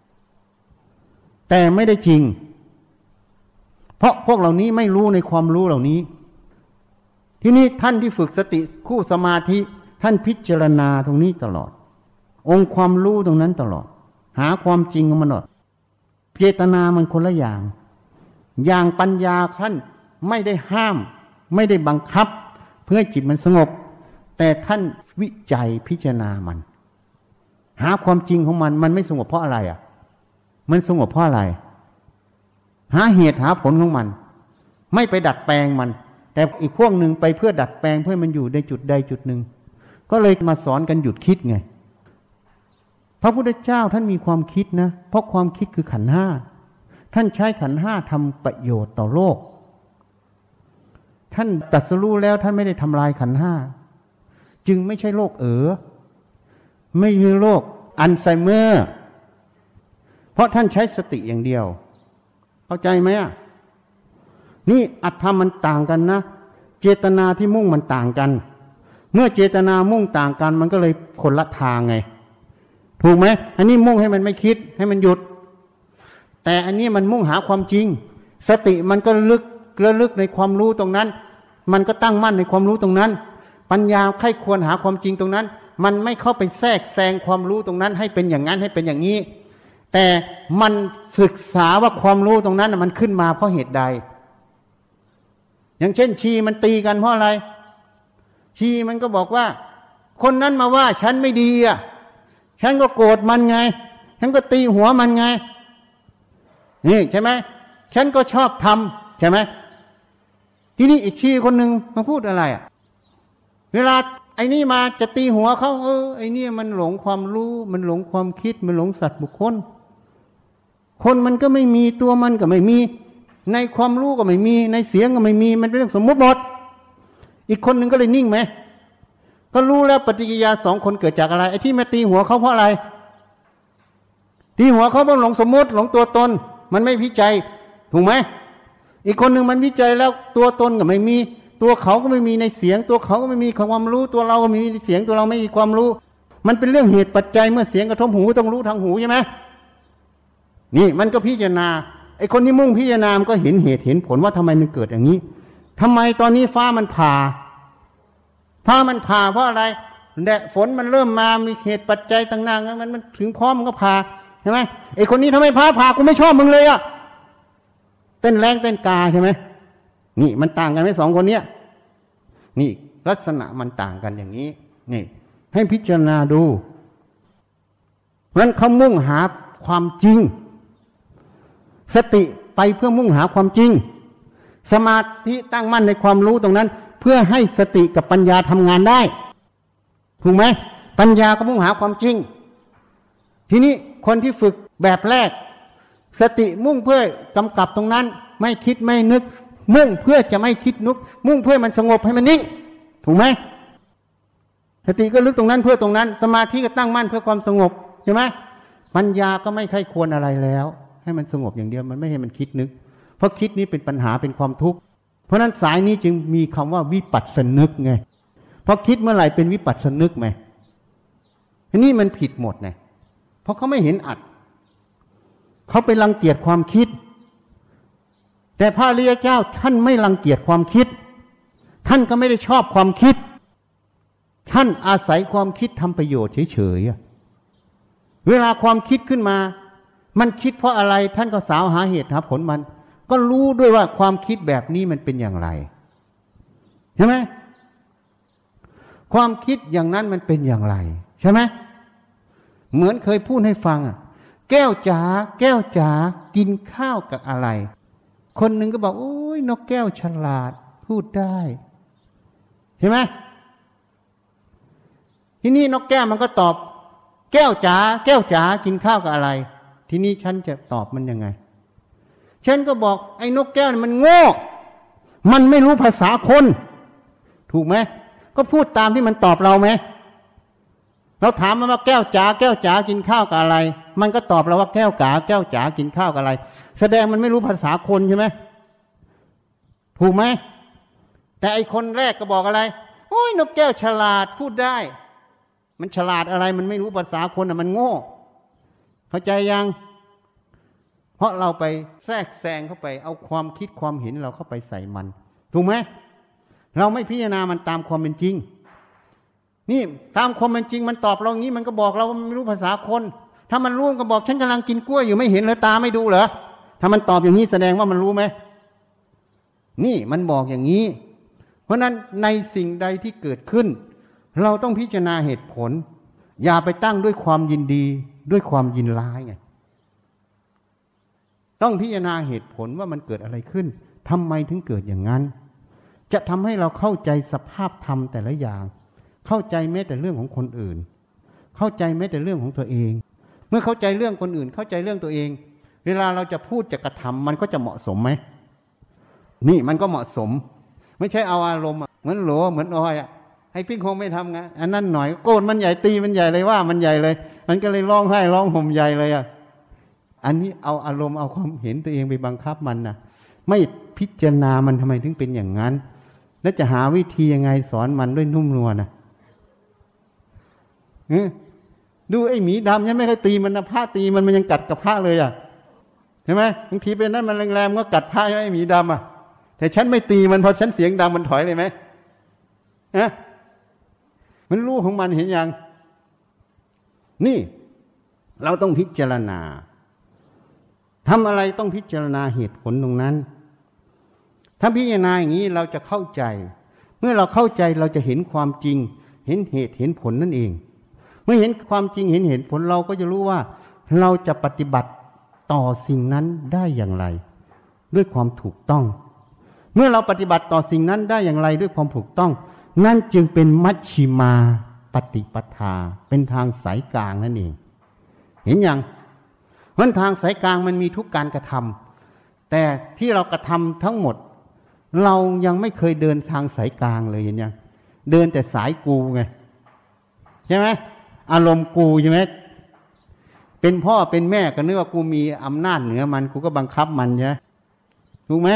แต่ไม่ได้จริงเพราะพวกเหล่านี้ไม่รู้ในความรู้เหล่านี้ที่นี่ท่านที่ฝึกสติคู่สมาธิท่านพิจารณาตรงนี้ตลอดองค์ความรู้ตรงนั้นตลอดหาความจริงของมันตลอดเจตนามันคนละอย่างอย่างปัญญาท่านไม่ได้ห้ามไม่ได้บังคับเพื่อให้จิตมันสงบแต่ท่านวิจัยพิจารณามันหาความจริงของมันมันไม่สงบเพราะอะไรอ่ะมันสงบเพราะอะไรหาเหตุหาผลของมันไม่ไปดัดแปลงมันแต่อีกพวกหนึ่งไปเพื่อดัดแปลงเพื่อมันอยู่ในจุดใดจุดหนึ่งก็เลยมาสอนกันหยุดคิดไงพระพุทธเจ้าท่านมีความคิดนะเพราะความคิดคือขันธ์ห้าท่านใช้ขันธ์ห้าทำประโยชน์ต่อโลกท่านตรัสรู้แล้วท่านไม่ได้ทำลายขันธ์ห้าจึงไม่ใช่โรคเอ๋อไม่ใช่โรคอัลไซเมอร์เพราะท่านใช้สติอย่างเดียวเข้าใจไหมอ่ะนี่อัตธรรมมันต่างกันนะเจตนาที่มุ่งมันต่างกันเมื่อเจตนามุ่งต่างกันมันก็เลยคนละทางไงถูกไหมอันนี้มุ่งให้มันไม่คิดให้มันหยุดแต่อันนี้มันมุ่งหาความจริงสติมันก็ลึกระลึกในความรู้ตรงนั้นมันก็ตั้งมั่นในความรู้ตรงนั้นปัญญาใคร่ควรหาความจริงตรงนั้นมันไม่เข้าไปแทรกแซงความรู้ตรงนั้นให้เป็นอย่างนั้นให้เป็นอย่างนี้แต่มันศึกษาว่าความรู้ตรงนั้นมันขึ้นมาเพราะเหตุใดอย่างเช่นชีมันตีกันเพราะอะไรชีมันก็บอกว่าคนนั้นมาว่าฉันไม่ดีอ่ะฉันก็โกรธมันไงฉันก็ตีหัวมันไงนี่ใช่ไหมฉันก็ชอบทำใช่ไหมทีนี้อีกชีคนหนึ่งมาพูดอะไรอ่ะเวลาไอ้นี่มาจะตีหัวเขาเออไอ้นี่มันหลงความรู้มันหลงความคิดมันหลงสัตว์บุคคลคนมันก็ไม่มีตัวมันก็ไม่มีในความรู้ก็ไม่มีในเสียงก็ไม่มีมันเป็นเรื่องสมมติหมดอีกคนหนึ่งก็เลยนิ่งไหมก็รู้แล้วปฏิกิริยาสองคนเกิดจากอะไรไอ้ที่มาตีหัวเขาเพราะอะไรตีหัวเขาเพราะหลงสมมติหลงตัวตนมันไม่วิจัยถูกไหมอีกคนหนึ่งมันวิจัยแล้วตัวตนก็ไม่มีตัวเขาก็ไม่มีในเสียงตัวเขาก็ไม่มีความรู้ตัวเราก็ไม่มีในเสียงตัวเราไม่มีความรู้มันเป็นเรื่องเหตุปัจจัยเมื่อเสียงกระทบหูต้องรู้ทางหูใช่ไหมนี่มันก็พิจารณาไอ้คนที่มุ่งพิจารณามันก็เห็นเหตุเห็นผลว่าทำไมมันเกิดอย่างนี้ทำไมตอนนี้ฟ้ามันผ่าฟ้ามันผ่าเพราะอะไรแดดฝนมันเริ่มมามีเหตุปัจจัยต่างๆมันมันถึงพร้อมมันก็ผ่าใช่ไหมไอ้คนนี้ทำไมฟ้าผ่ากูไม่ชอบมึงเลยอ่ะเต้นแรงเต้นกาใช่ไหมนี่มันต่างกันไหมสองคนเนี้ยนี่ลักษณะมันต่างกันอย่างนี้นี่ให้พิจารณาดูเพราะฉะนั้นเขามุ่งหาความจริงสติไปเพื่อมุ่งหาความจริงสมาธิตั้งมั่นในความรู้ตรงนั้นเพื่อให้สติกับปัญญาทำงานได้ถูกไหมปัญญาก็มุ่งหาความจริงทีนี้คนที่ฝึกแบบแรกสติมุ่งเพื่อกำกับตรงนั้นไม่คิดไม่นึกมุ่งเพื่อจะไม่คิดนึกมุ่งเพื่อมันสงบให้มันนิ่งถูกไหมสติก็ลึกตรงนั้นเพื่อตรงนั้นสมาธิก็ตั้งมั่นเพื่อความสงบใช่ไหมปัญญาก็ไม่ใคร่ควรอะไรแล้วให้มันสงบอย่างเดียวมันไม่ให้มันคิดนึกเพราะคิดนี้เป็นปัญหาเป็นความทุกข์เพราะนั้นสายนี้จึงมีคำว่าวิปัสสนึกไงเพราะคิดเมื่อไหร่เป็นวิปัสสนึกไหมทีนี้มันผิดหมดไงเพราะเขาไม่เห็นอัดเขาไปรังเกียจความคิดแต่พระอริยเจ้าท่านไม่รังเกียจความคิดท่านก็ไม่ได้ชอบความคิดท่านอาศัยความคิดทำประโยชน์เฉยๆเวลาความคิดขึ้นมามันคิดเพราะอะไรท่านก็สาวหาเหตุหาผลมันก็รู้ด้วยว่าความคิดแบบนี้มันเป็นอย่างไรใช่ไหมความคิดอย่างนั้นมันเป็นอย่างไรใช่ไหมเหมือนเคยพูดให้ฟังอ่ะแก้วจ๋าแก้วจ๋ากินข้าวกับอะไรคนหนึ่งก็บอกโอ้ยนกแก้วฉลาดพูดได้ใช่ไหมทีนี้นกแก้วมันก็ตอบแก้วจ๋าแก้วจ๋ากินข้าวกับอะไรทีนี้ฉันจะตอบมันยังไงฉันก็บอกไอ้นกแก้วมันโง่มันไม่รู้ภาษาคนถูกไหมก็พูดตามที่มันตอบเราไหมเราถามมันว่าแก้วจ๋าแก้วจ๋ากินข้าวกับอะไรมันก็ตอบเราว่าแก้วจ๋าแก้วจ๋ากินข้าวกับอะไรแสดงมันไม่รู้ภาษาคนใช่ไหมถูกไหมแต่ไอคนแรกก็บอกอะไรโอ้ยนกแก้วฉลาดพูดได้มันฉลาดอะไรมันไม่รู้ภาษาคนอ่ะมันโง่เข้าใจยังเพราะเราไปแทรกแซงเข้าไปเอาความคิดความเห็นเราเข้าไปใส่มันถูกไหมเราไม่พิจารณามันตามความเป็นจริงนี่ตามความเป็นจริงมันตอบเราอย่างนี้มันก็บอกเราว่ามันไม่รู้ภาษาคนถ้ามันรู้ก็บอกฉันกำลังกินกล้วยอยู่ไม่เห็นเหรอตาไม่ดูเหรอถ้ามันตอบอย่างนี้แสดงว่ามันรู้ไหมนี่มันบอกอย่างนี้เพราะนั้นในสิ่งใดที่เกิดขึ้นเราต้องพิจารณาเหตุผลอย่าไปตั้งด้วยความยินดีด้วยความยินร้ายไงต้องพิจารณาเหตุผลว่ามันเกิดอะไรขึ้นทำไมถึงเกิดอย่างนั้นจะทำให้เราเข้าใจสภาพธรรมแต่ละอย่างเข้าใจแม้แต่เรื่องของคนอื่นเข้าใจแม้แต่เรื่องของตัวเองเมื่อเข้าใจเรื่องคนอื่นเข้าใจเรื่องตัวเองเวลาเราจะพูดจะกระทำมันก็จะเหมาะสมไหมนี่มันก็เหมาะสมไม่ใช่เอาอารมณ์เหมือนหลัวเหมือนอ้อยอ่ะให้พี่คงไม่ทำงานอันนั้นหน่อยโกรธมันใหญ่ตีมันใหญ่เลยว่ามันใหญ่เลยมันก็เลยร้องไห้ร้องห่มใหญ่เลยอ่ะอันนี้เอาอารมณ์เอาความเห็นตัวเองไปบังคับมันนะไม่พิจารณามันทำไมถึงเป็นอย่างนั้นแล้วจะหาวิธียังไงสอนมันด้วยนุ่มนวลนะดูไอ้หมีดำยังไม่เคยตีมันนะผ้าตีมันมันยังกัดกับผ้าเลยอ่ะเห็นไหมบางทีเป็นนั้นมันแรงๆก็กัดผ้าไอ้หมีดำอ่ะแต่ฉันไม่ตีมันพอฉันเสียงดังมันถอยเลยไหมฮะมันรู้ของมันเห็นยังนี่เราต้องพิจารณาทำอะไรต้องพิจารณาเหตุผลตรงนั้นถ้าพิจารณาอย่างนี้เราจะเข้าใจเมื่อเราเข้าใจเราจะเห็นความจริงเห็นเหตุเห็นผลนั่นเองเมื่อเห็นความจริงเห็นเหตุผลเราก็จะรู้ว่าเราจะปฏิบัติต่อสิ่งนั้นได้อย่างไรด้วยความถูกต้องเมื่อเราปฏิบัติต่อสิ่งนั้นได้อย่างไรด้วยความถูกต้องนั่นจึงเป็นมัชฌิมาปฏิปทาเป็นทางสายกลางนั่นเองเห็นยังเพราะทางสายกลางมันมีทุกการกระทำแต่ที่เรากระทำทั้งหมดเรายังไม่เคยเดินทางสายกลางเลยเห็นยังเดินแต่สายกูไงใช่ไหมอารมณ์กูใช่ไหมเป็นพ่อเป็นแม่ก็นึกว่ากูมีอำนาจเหนือมันกูก็บังคับมันใช่ไหมถูกไหม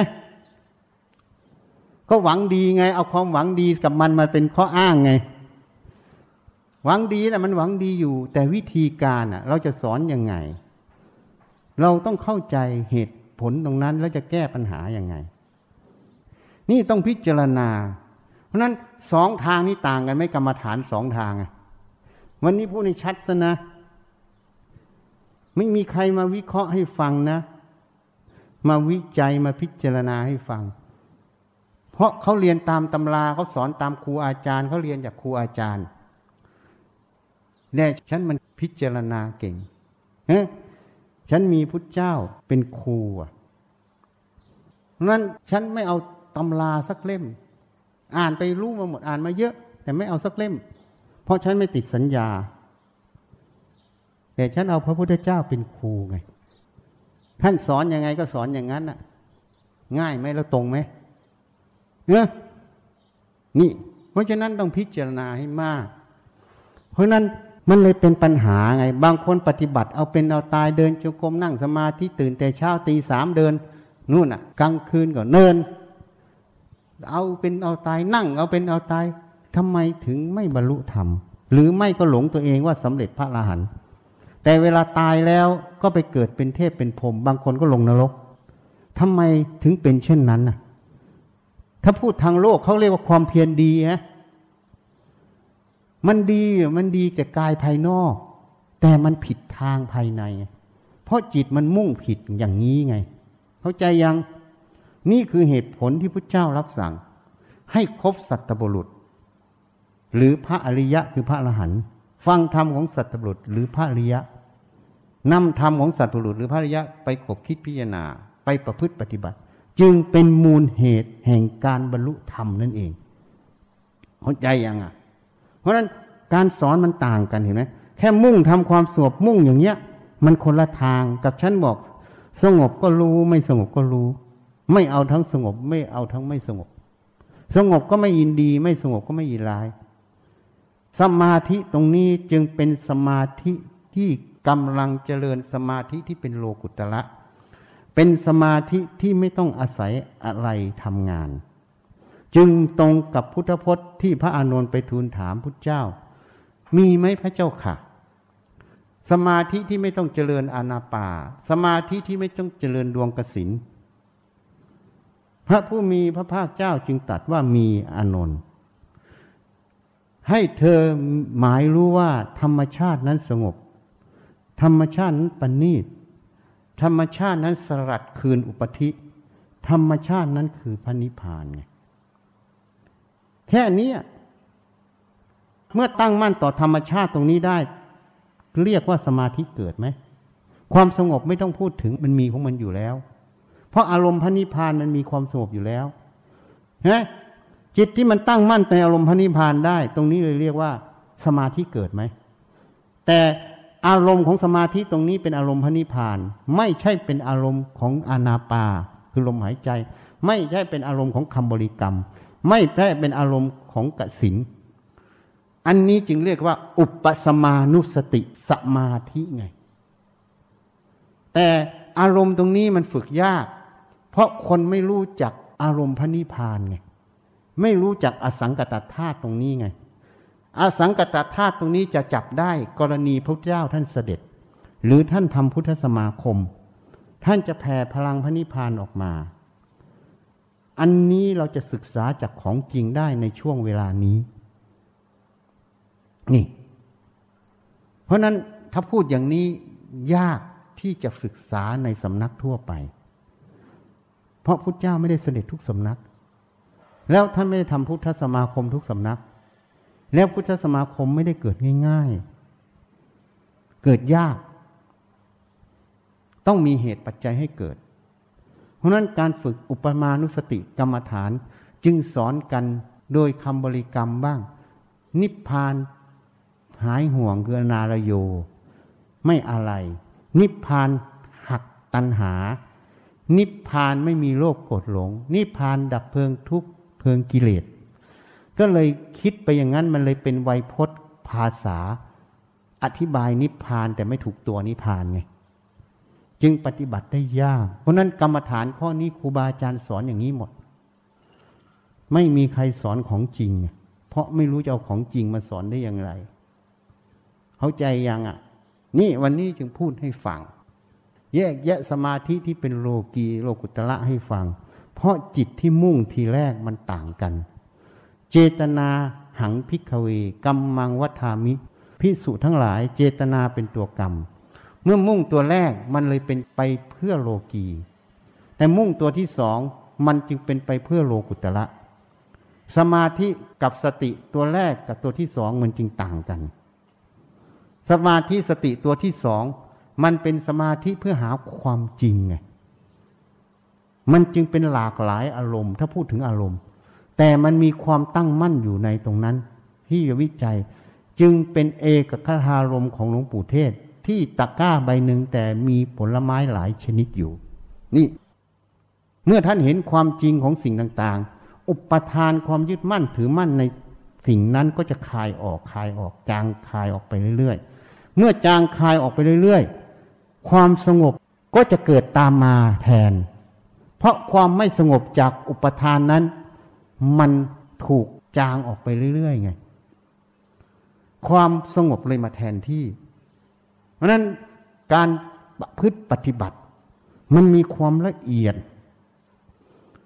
ก็หวังดีไงเอาความหวังดีกับมันมาเป็นข้ออ้างไงหวังดีนะมันหวังดีอยู่แต่วิธีการอ่ะเราจะสอนยังไงเราต้องเข้าใจเหตุผลตรงนั้นแล้วจะแก้ปัญหายังไงนี่ต้องพิจารณาเพราะนั้นสองทางนี้ต่างกันไหมกรรมฐานสองทางอ่ะวันนี้พูดในชัดซะนะไม่มีใครมาวิเคราะห์ให้ฟังนะมาวิจัยมาพิจารณาให้ฟังเพราะเขาเรียนตามตำราเขาสอนตามครูอาจารย์เขาเรียนจากครูอาจารย์แน่ฉันมันพิจารณาเก่งเฮ้ฉันมีพุทธเจ้าเป็นครูอ่ะนั้นฉันไม่เอาตำราสักเล่มอ่านไปรู้มาหมดอ่านมาเยอะแต่ไม่เอาสักเล่มเพราะฉันไม่ติดสัญญาแต่ฉันเอาพระพุทธเจ้าเป็นครูไงท่านสอนยังไงก็สอนอย่างนั้นน่ะง่ายไหมแล้วตรงไหมเนอะนี่เพราะฉะนั้นต้องพิจารณาให้มากเพราะนั้นมันเลยเป็นปัญหาไงบางคนปฏิบัติเอาเป็นเอาตายเดินจงกรมนั่งสมาธิตื่นแต่เช้าตีสามเดินนู่นอ่ะกลางคืนก็เนินเอาเป็นเอาตายนั่งเอาเป็นเอาตายทำไมถึงไม่บรรลุธรรมหรือไม่ก็หลงตัวเองว่าสำเร็จพระอรหันต์แต่เวลาตายแล้วก็ไปเกิดเป็นเทพเป็นพรหมบางคนก็ลงนรกทำไมถึงเป็นเช่นนั้นน่ะถ้าพูดทางโลกเขาเรียกว่าความเพียรดีฮะมันดีมันดีแต่กายภายนอกแต่มันผิดทางภายในเพราะจิตมันมุ่งผิดอย่างนี้ไงเข้าใจยังนี่คือเหตุผลที่พระเจ้ารับสั่งให้คบสัตบุรุษหรือพระอริยะคือพระอรหันต์ฟังธรรมของสัตบุรุษหรือพระอริยะนำธรรมของสัตบุรุษหรือพระอริยะไปขบคิดพิจารณาไปประพฤติปฏิบัติจึงเป็นมูลเหตุแห่งการบรรลุธรรมนั่นเองเข้าใจยังอ่ะเพราะฉะนั้นการสอนมันต่างกันเห็นไหมแค่มุ่งทำความสงบมุ่งอย่างเงี้ยมันคนละทางกับฉันบอกสงบก็รู้ไม่สงบก็รู้ไม่เอาทั้งสงบไม่เอาทั้งไม่สงบสงบก็ไม่ยินดีไม่สงบก็ไม่ยินร้ายสมาธิตรงนี้จึงเป็นสมาธิที่กำลังเจริญสมาธิที่เป็นโลกุตระเป็นสมาธิที่ไม่ต้องอาศัยอะไรทำงานจึงตรงกับพุทธพจน์ที่พระอานนท์ไปทูลถามพุทธเจ้ามีไหมพระเจ้าค่ะสมาธิที่ไม่ต้องเจริญอานาปานสมาธิที่ไม่ต้องเจริญดวงกสิณพระผู้มีพระภาคเจ้าจึงตรัสว่ามีอานนท์ให้เธอหมายรู้ว่าธรรมชาตินั้นสงบธรรมชาตินั้นประณีตธรรมชาตินั้นสลัดคืนอุปธิธรรมชาตินั้นคือพระนิพพานไงแค่นี้เมื่อตั้งมั่นต่อธรรมชาติตรงนี้ได้เรียกว่าสมาธิเกิดไหมความสงบไม่ต้องพูดถึงมันมีของมันอยู่แล้วเพราะอารมณ์พระนิพพานมันมีความสงบอยู่แล้วนะจิตที่มันตั้งมั่นในอารมณ์พระนิพพานได้ตรงนี้เลยเรียกว่าสมาธิเกิดไหมแต่อารมณ์ของสมาธิตรงนี้เป็นอารมณ์พระนิพพานไม่ใช่เป็นอารมณ์ของอานาปาคือลมหายใจไม่ใช่เป็นอารมณ์ของคำบริกรรมไม่ใช่เป็นอารมณ์ของกสิณอันนี้จึงเรียกว่าอุปสมานุสติสมาธิไงแต่อารมณ์ตรงนี้มันฝึกยากเพราะคนไม่รู้จักอารมณ์พระนิพพานไงไม่รู้จักอสังกตธาตุตรงนี้ไงอสังกตธาตุตรงนี้จะจับได้กรณีพระเจ้าท่านเสด็จหรือท่านทำพุทธสมาคมท่านจะแผ่พลังพระนิพพานออกมาอันนี้เราจะศึกษาจากของจริงได้ในช่วงเวลานี้นี่เพราะนั้นถ้าพูดอย่างนี้ยากที่จะศึกษาในสำนักทั่วไปเพราะพุทธเจ้าไม่ได้เสด็จทุกสำนักแล้วท่านไม่ได้ทำพุทธสมาคมทุกสำนักแล้วพุทธสมาคมไม่ได้เกิดง่ายๆเกิดยากต้องมีเหตุปัจจัยให้เกิดเพราะนั้นการฝึกอุปมานุสติกรรมฐานจึงสอนกันโดยคำบริกรรมบ้างนิพพานหายห่วงคืออนาลโยไม่อะไรนิพพานหักตัณหานิพพานไม่มีโลภโกรธหลงนิพพานดับเพลิงทุกข์เพลิงกิเลสก็เลยคิดไปอย่างนั้นมันเลยเป็นไวยพจน์ภาษาอธิบายนิพพานแต่ไม่ถูกตัวนิพพานไงจึงปฏิบัติได้ยากเพราะนั้นกรรมฐานข้อนี้ครูบาอาจารย์สอนอย่างนี้หมดไม่มีใครสอนของจริงเพราะไม่รู้จะเอาของจริงมาสอนได้อย่างไรเข้าใจยังอ่ะนี่วันนี้จึงพูดให้ฟังแยกแยะสมาธิที่เป็นโลกีโลกุตระให้ฟังเพราะจิตที่มุ่งทีแรกมันต่างกันเจตนาหังภิกขเวกัมมังวัฏฐามิภิกษุทั้งหลายเจตนาเป็นตัวกรรมเมื่อมุ่งตัวแรกมันเลยเป็นไปเพื่อโลกีแต่มุ่งตัวที่สองมันจึงเป็นไปเพื่อโลกุตระสมาธิกับสติตัวแรกกับตัวที่สองมันจึงต่างกันสมาธิสติตัวที่สองมันเป็นสมาธิเพื่อหาความจริงไงมันจึงเป็นหลากหลายอารมณ์ถ้าพูดถึงอารมณ์แต่มันมีความตั้งมั่นอยู่ในตรงนั้นที่วิจัยจึงเป็นเอกคทารมณ์ของหลวงปู่เทศที่ตะกร้าใบหนึ่งแต่มีผลไม้หลายชนิดอยู่นี่เมื่อท่านเห็นความจริงของสิ่งต่างๆอุปทานความยึดมั่นถือมั่นในสิ่งนั้นก็จะคลายออกคลายออกจางคลายออกไปเรื่อยๆเมื่อจางคลายออกไปเรื่อยๆความสงบก็จะเกิดตามมาแทนเพราะความไม่สงบจากอุปทานนั้นมันถูกจางออกไปเรื่อยๆไงความสงบเลยมาแทนที่เพราะนั้นการประพฤติปฏิบัติมันมีความละเอียด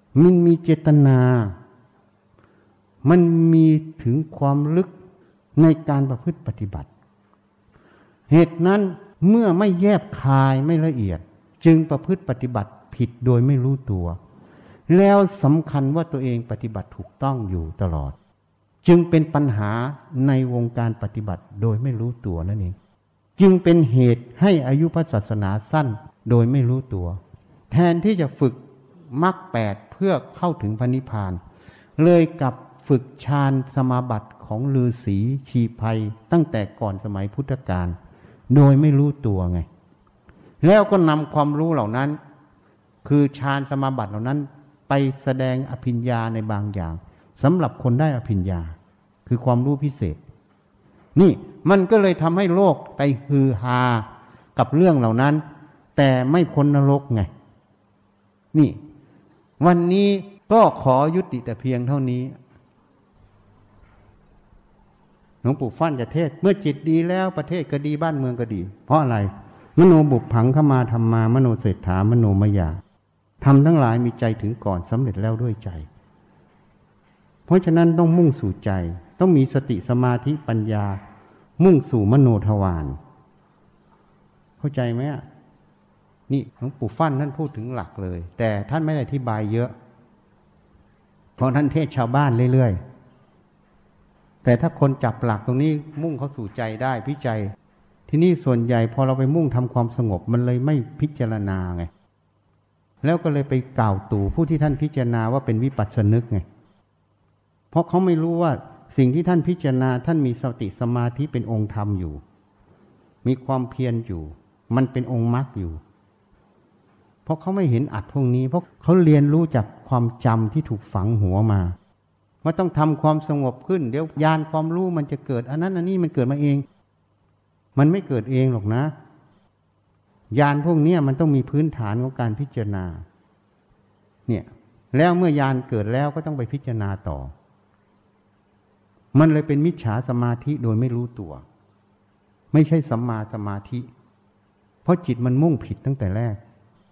มันมีเจตนามันมีถึงความลึกในการประพฤติปฏิบัติเหตุนั้นเมื่อไม่แยบคายไม่ละเอียดจึงประพฤติปฏิบัติผิดโดยไม่รู้ตัวแล้วสำคัญว่าตัวเองปฏิบัติถูกต้องอยู่ตลอดจึงเป็นปัญหาในวงการปฏิบัติโดยไม่รู้ตัวนั่นเองจึงเป็นเหตุให้อายุพระศาสนาสั้นโดยไม่รู้ตัวแทนที่จะฝึกมรรคแปดเพื่อเข้าถึงพระนิพพานเลยกับฝึกฌานสมาบัติของฤาษีชีไพรตั้งแต่ก่อนสมัยพุทธกาลโดยไม่รู้ตัวไงแล้วก็นำความรู้เหล่านั้นคือฌานสมาบัติเหล่านั้นไปแสดงอภิญญาในบางอย่างสำหรับคนได้อภิญญาคือความรู้พิเศษนี่มันก็เลยทำให้โลกไปฮือฮากับเรื่องเหล่านั้นแต่ไม่พ้นนรกไงนี่วันนี้ก็ขอยุติแต่เพียงเท่านี้หลวงปู่ฟั่นจะเทศเมื่อจิตดีแล้วประเทศก็ดีบ้านเมืองก็ดีเพราะอะไรมโนบุพผังขมาธรรมามโนเศรษฐามโนมยาทำทั้งหลายมีใจถึงก่อนสำเร็จแล้วด้วยใจเพราะฉะนั้นต้องมุ่งสู่ใจต้องมีสติสมาธิปัญญามุ่งสู่มโนทวารเข้าใจไหมนี่หลวงปู่ฟั่นท่านพูดถึงหลักเลยแต่ท่านไม่ได้อธิบายเยอะเพราะท่านเทศชาวบ้านเรื่อยๆแต่ถ้าคนจับหลักตรงนี้มุ่งเข้าสู่ใจได้พิจัยที่นี่ส่วนใหญ่พอเราไปมุ่งทำความสงบมันเลยไม่พิจารณาไงแล้วก็เลยไปกล่าวตู่ผู้ที่ท่านพิจารณาว่าเป็นวิปัสสนึกไงเพราะเขาไม่รู้ว่าสิ่งที่ท่านพิจารณาท่านมีสติสมาธิเป็นองค์ธรรมอยู่มีความเพียรอยู่มันเป็นองค์มรรคอยู่เพราะเขาไม่เห็นอัดพวกนี้เพราะเขาเรียนรู้จากความจำที่ถูกฝังหัวมาว่าต้องทำความสงบขึ้นเดี๋ยวญาณความรู้มันจะเกิดอันนั้นอันนี้มันเกิดมาเองมันไม่เกิดเองหรอกนะญาณพวกนี้มันต้องมีพื้นฐานของการพิจารณาเนี่ยแล้วเมื่อญาณเกิดแล้วก็ต้องไปพิจารณาต่อมันเลยเป็นมิจฉาสมาธิโดยไม่รู้ตัวไม่ใช่สัมมาสมาธิเพราะจิตมันมุ่งผิดตั้งแต่แรก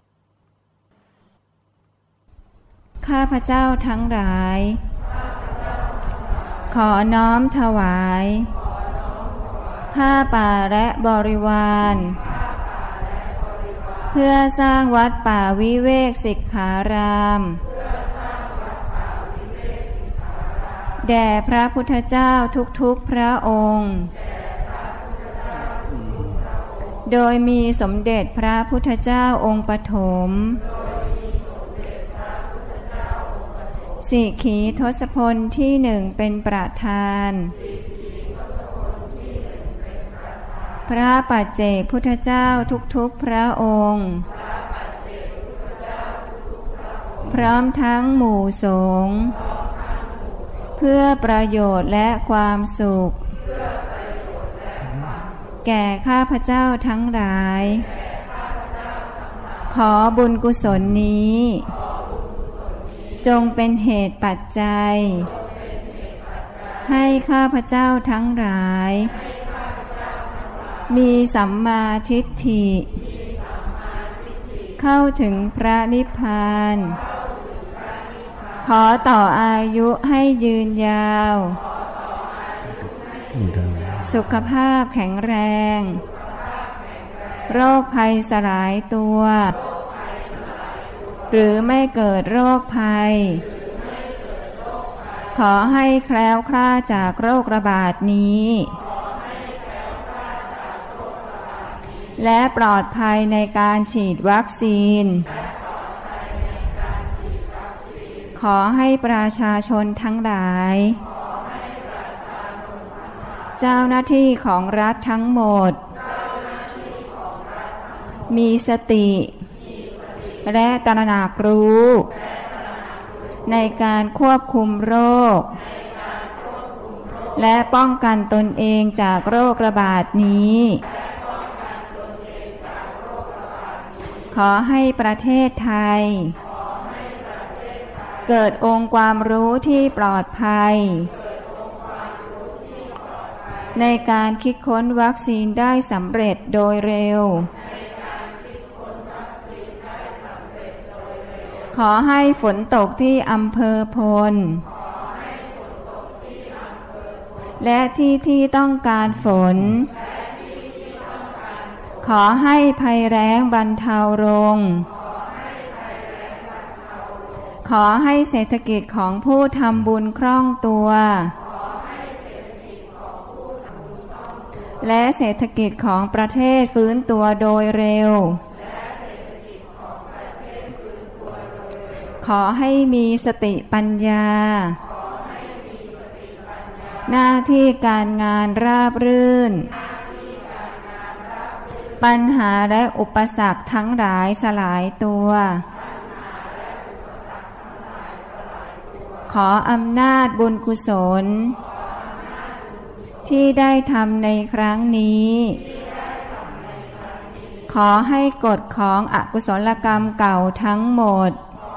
ข้าพเจ้าทั้งหลายขอน้อมถวายผ้าป่าและบริวารเพื่อสร้างวัดป่าวิเวกสิกขารามแด่พระพุทธเจ้าทุกๆพระองค์โดยมีสมเด็จพระพุทธเจ้าองค์ปฐมสิกขีทศพลที่หนึ่งเป็นประธานพระปัจเจกพุทธเจ้าทุกๆพระองค์พร้อมทั้งหมู่สงฆ์เพื่อประโยชน์และความสุขแก่ข้าพเจ้าทั้งหลายขอบุญกุศลนี้จงเป็นเหตุปัจจัยให้ข้าพเจ้าทั้งหลายมีสัมมาทิฏฐิเข้าถึงพระนิพพานขอต่ออายุให้ยืนยาวสุขภาพแข็งแรงโรคภัยสลายตัวหรือไม่เกิดโรคภัยขอให้แคล้วคลาดจากโรคระบาดนี้และปลอดภัยในการฉีดวัคซีนขอให้ประชาชนทั้งหลายเจ้าหน้าที่ของรัฐทั้งหมดมีสติและตระหนักรู้ในการควบคุมโรคและป้องกันตนเองจากโรคระบาดนี้ขอให้ประเทศไทยเกิดองค์ความรู้ที่ปลอดภัยในการคิดค้นวัคซีนได้สำเร็จโดยเร็วขขอให้ฝนตกที่อำเภอพลและที่ที่ต้องการฝนขอให้ภัยแล้งบรรเทาลงขอให้เศรษฐกิจของผู้ทำบุญคล่องตัวและเศรษฐกิจของประเทศฟื้นตัวโดยเร็วขอให้มีสติปัญญาหน้าที่การงานราบรื่นปัญหาและอุปสรรคทั้งหลายสลายตัวขออำนาจบุญกุศลที่ได้ทำในครั้งนี้ขอให้กฎของอกุศลกรรมเก่าทั้งหมด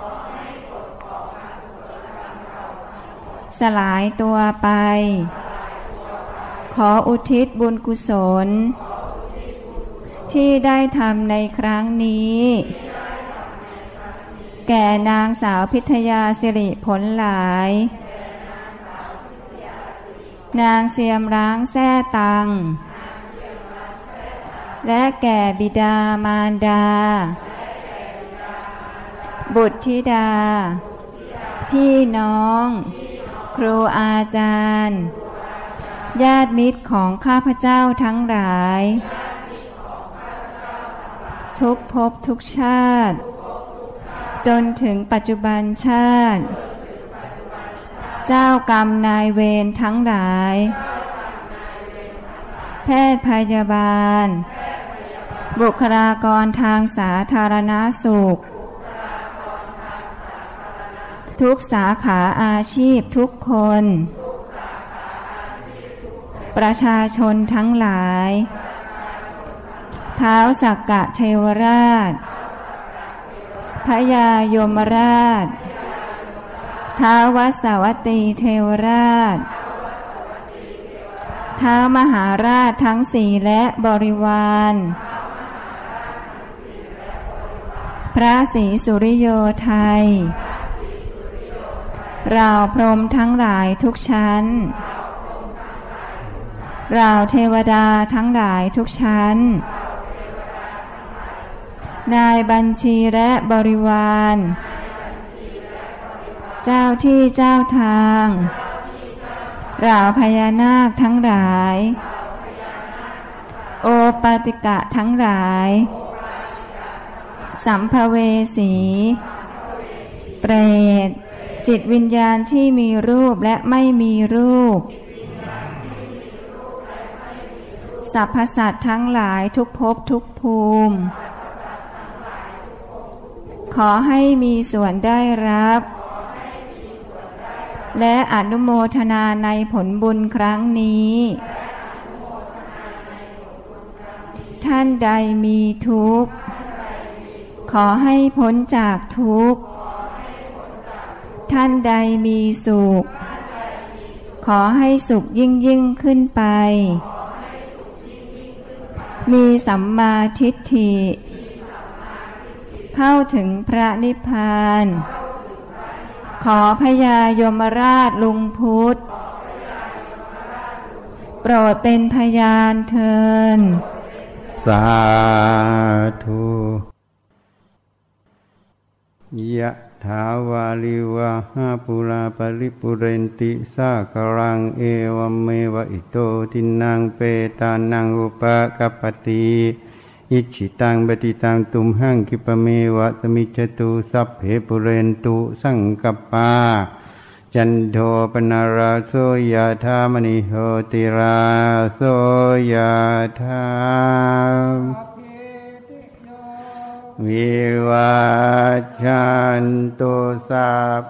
สลายตัวไปขออุทิศบุญกุศลที่ได้ทำในครั้งนี้แก่นางสาวพิทยาสิริผลหลายนางเสียมร้างแท้ตังและแก่บิดามารดาบุตรธิดาพี่น้องครูอาจารย์ญาติมิตรของข้าพเจ้าทั้งหลายทุกภพทุกชาติจนถึงปัจจุบันชาติเจ้ากรรมนายเวรทั้งหลายแพทย์พยาบาลบุคลากรทางสาธารณสุขทุกสาขาอาชีพทุกคนประชาชนทั้งหลายท้าวสักกะเทวราชพญายมราชท้าววัสวัตตีเทวราชท้าวมหาราชทั้งสี่และบริวารพระศรีสุริโยไทยเราพรหมทั้งหลายทุกชั้นเราเทวดาทั้งหลายทุกชั้นนายบัญชีและบริวารเจ้าที่เจ้าทางเราพญานาคทั้งหลายโอปาติกะทั้งหลายสัมภเวสีเปรตจิตวิญญาณที่มีรูปและไม่มีรูปสรรพสัตว์ทั้งหลายทุกภพทุกภูมิขอให้มีส่วนได้รับและอนุโมทนาในผลบุญครั้งนี้ท่านใดมีทุกข์ขอให้พ้นจากทุกข์ท่านใดมีสุขขอให้สุขยิ่งยิ่งขึ้นไปมีสัมมาทิฏฐิเข้าถึงพระนิพพานขอพญายมราชลุงพุทธโปรดเป็นพยานเถิดสาธุยะถาวาลิวะหาปุราปริปุเรนติสากรังเอวเมวะอิโตทินังเปตานังอุปกัปปติอิจิตังปฏิตังตุมหังคิปเมวะสมิจจตุสัพเพปุเรนตุสังกัปปาจันโทปนาราโสยธามณิโหติราโสยธาวิวัชชันตุสัพ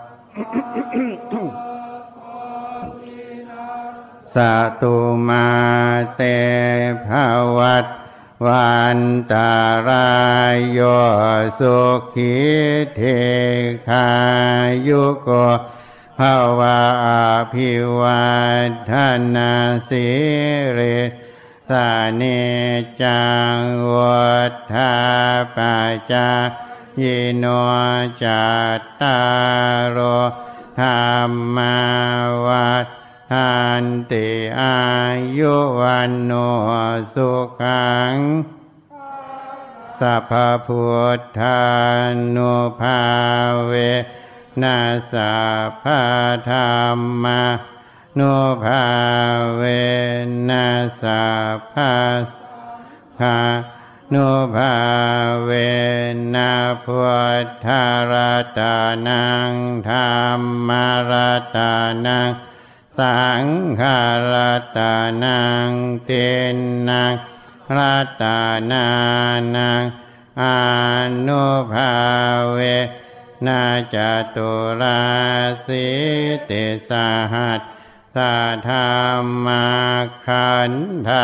สตุมาเตภวัตวันตารายโยสุขิเทคายุโกภวะอภิวัฒนาสิริสาเนจังวัฏฐาปัจจายิโนจัตตารโอธรรมาวัฏฏันติอายุวันโนสุขังสัพพุทธานุภาเวนัสสะภะธัมมานุภาเวนัสสะภะภะนุภาเวนะพุทธรัตนังธัมมรัตนังสังฆรัตนังตินนังรัตนานังอนุภาเวนะจตุราสีติสหัสสะธัมมาขันธา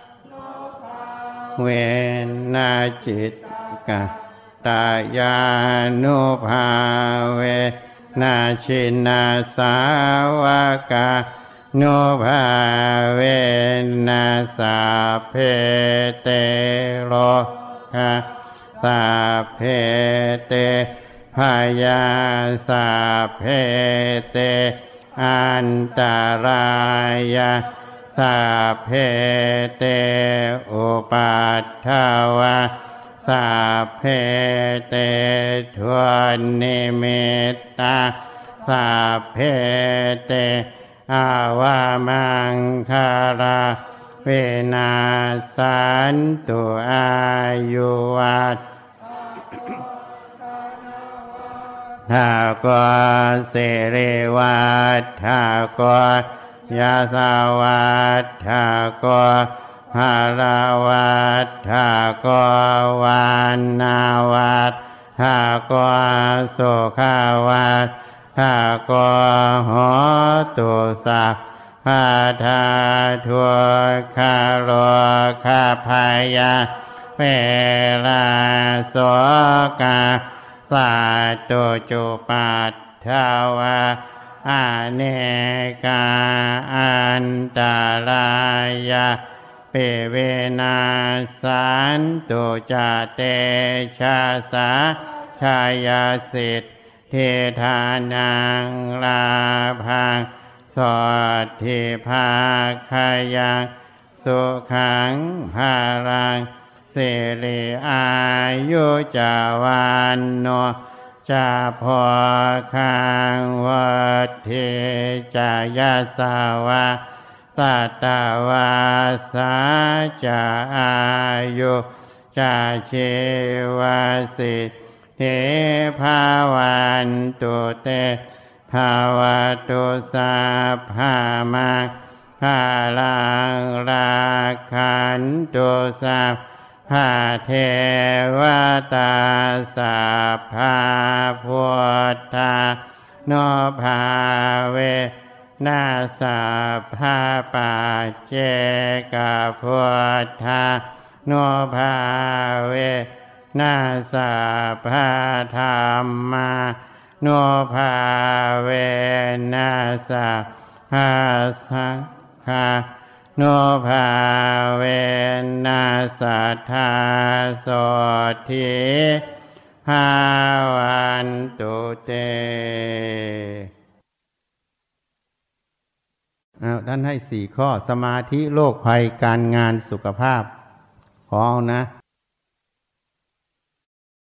เวนะจิตกตายานุภาเวนะชินาสาวกานุภาเวนัสสะเพเตโลกะสัพเพเตพยาสัพเพเตอันตรายาสัพเพเตอุปัฏฐวาสัพเพเตทวนนิมิตตาสัพเพเตอาวามังคาราเวนัสสันตุอายุวัฏทากวาเสริวัฏทากวยาสาวัฏทากวภาราวัฏทากววานนาวัฏทากวสุขาวัฏทากวโหตุสัพพะทาทุกขโรคาพยาเวลาโสกาสัตตุจุปัฏฐวาอเนกาอันตรายาเปเวนัสสันตุจเตชะสาชายาสิทธิทานังลาภังสดทิภาคายังสุขังภารังสิริอายุจาวันโนจาพอคังวัฏเทจายาสาวาสัตตวาสาจาอายุจาเชวาสิเทภาวันตุเตภาวตุสัพพามังภาลังราคันตุสัพพาเทวตาสัพพาพุทธาโนภาเวนัสสะภะปัจเจกพุทธาโนภาเวนัสสะภะธัมมาโนภาเวนัสสะภะสังฆาโนภาเวนัสสะทาโสทิภาวันตุเตเอาท่านให้สี่ข้อสมาธิโรคภัยการงานสุขภาพขอเอานะ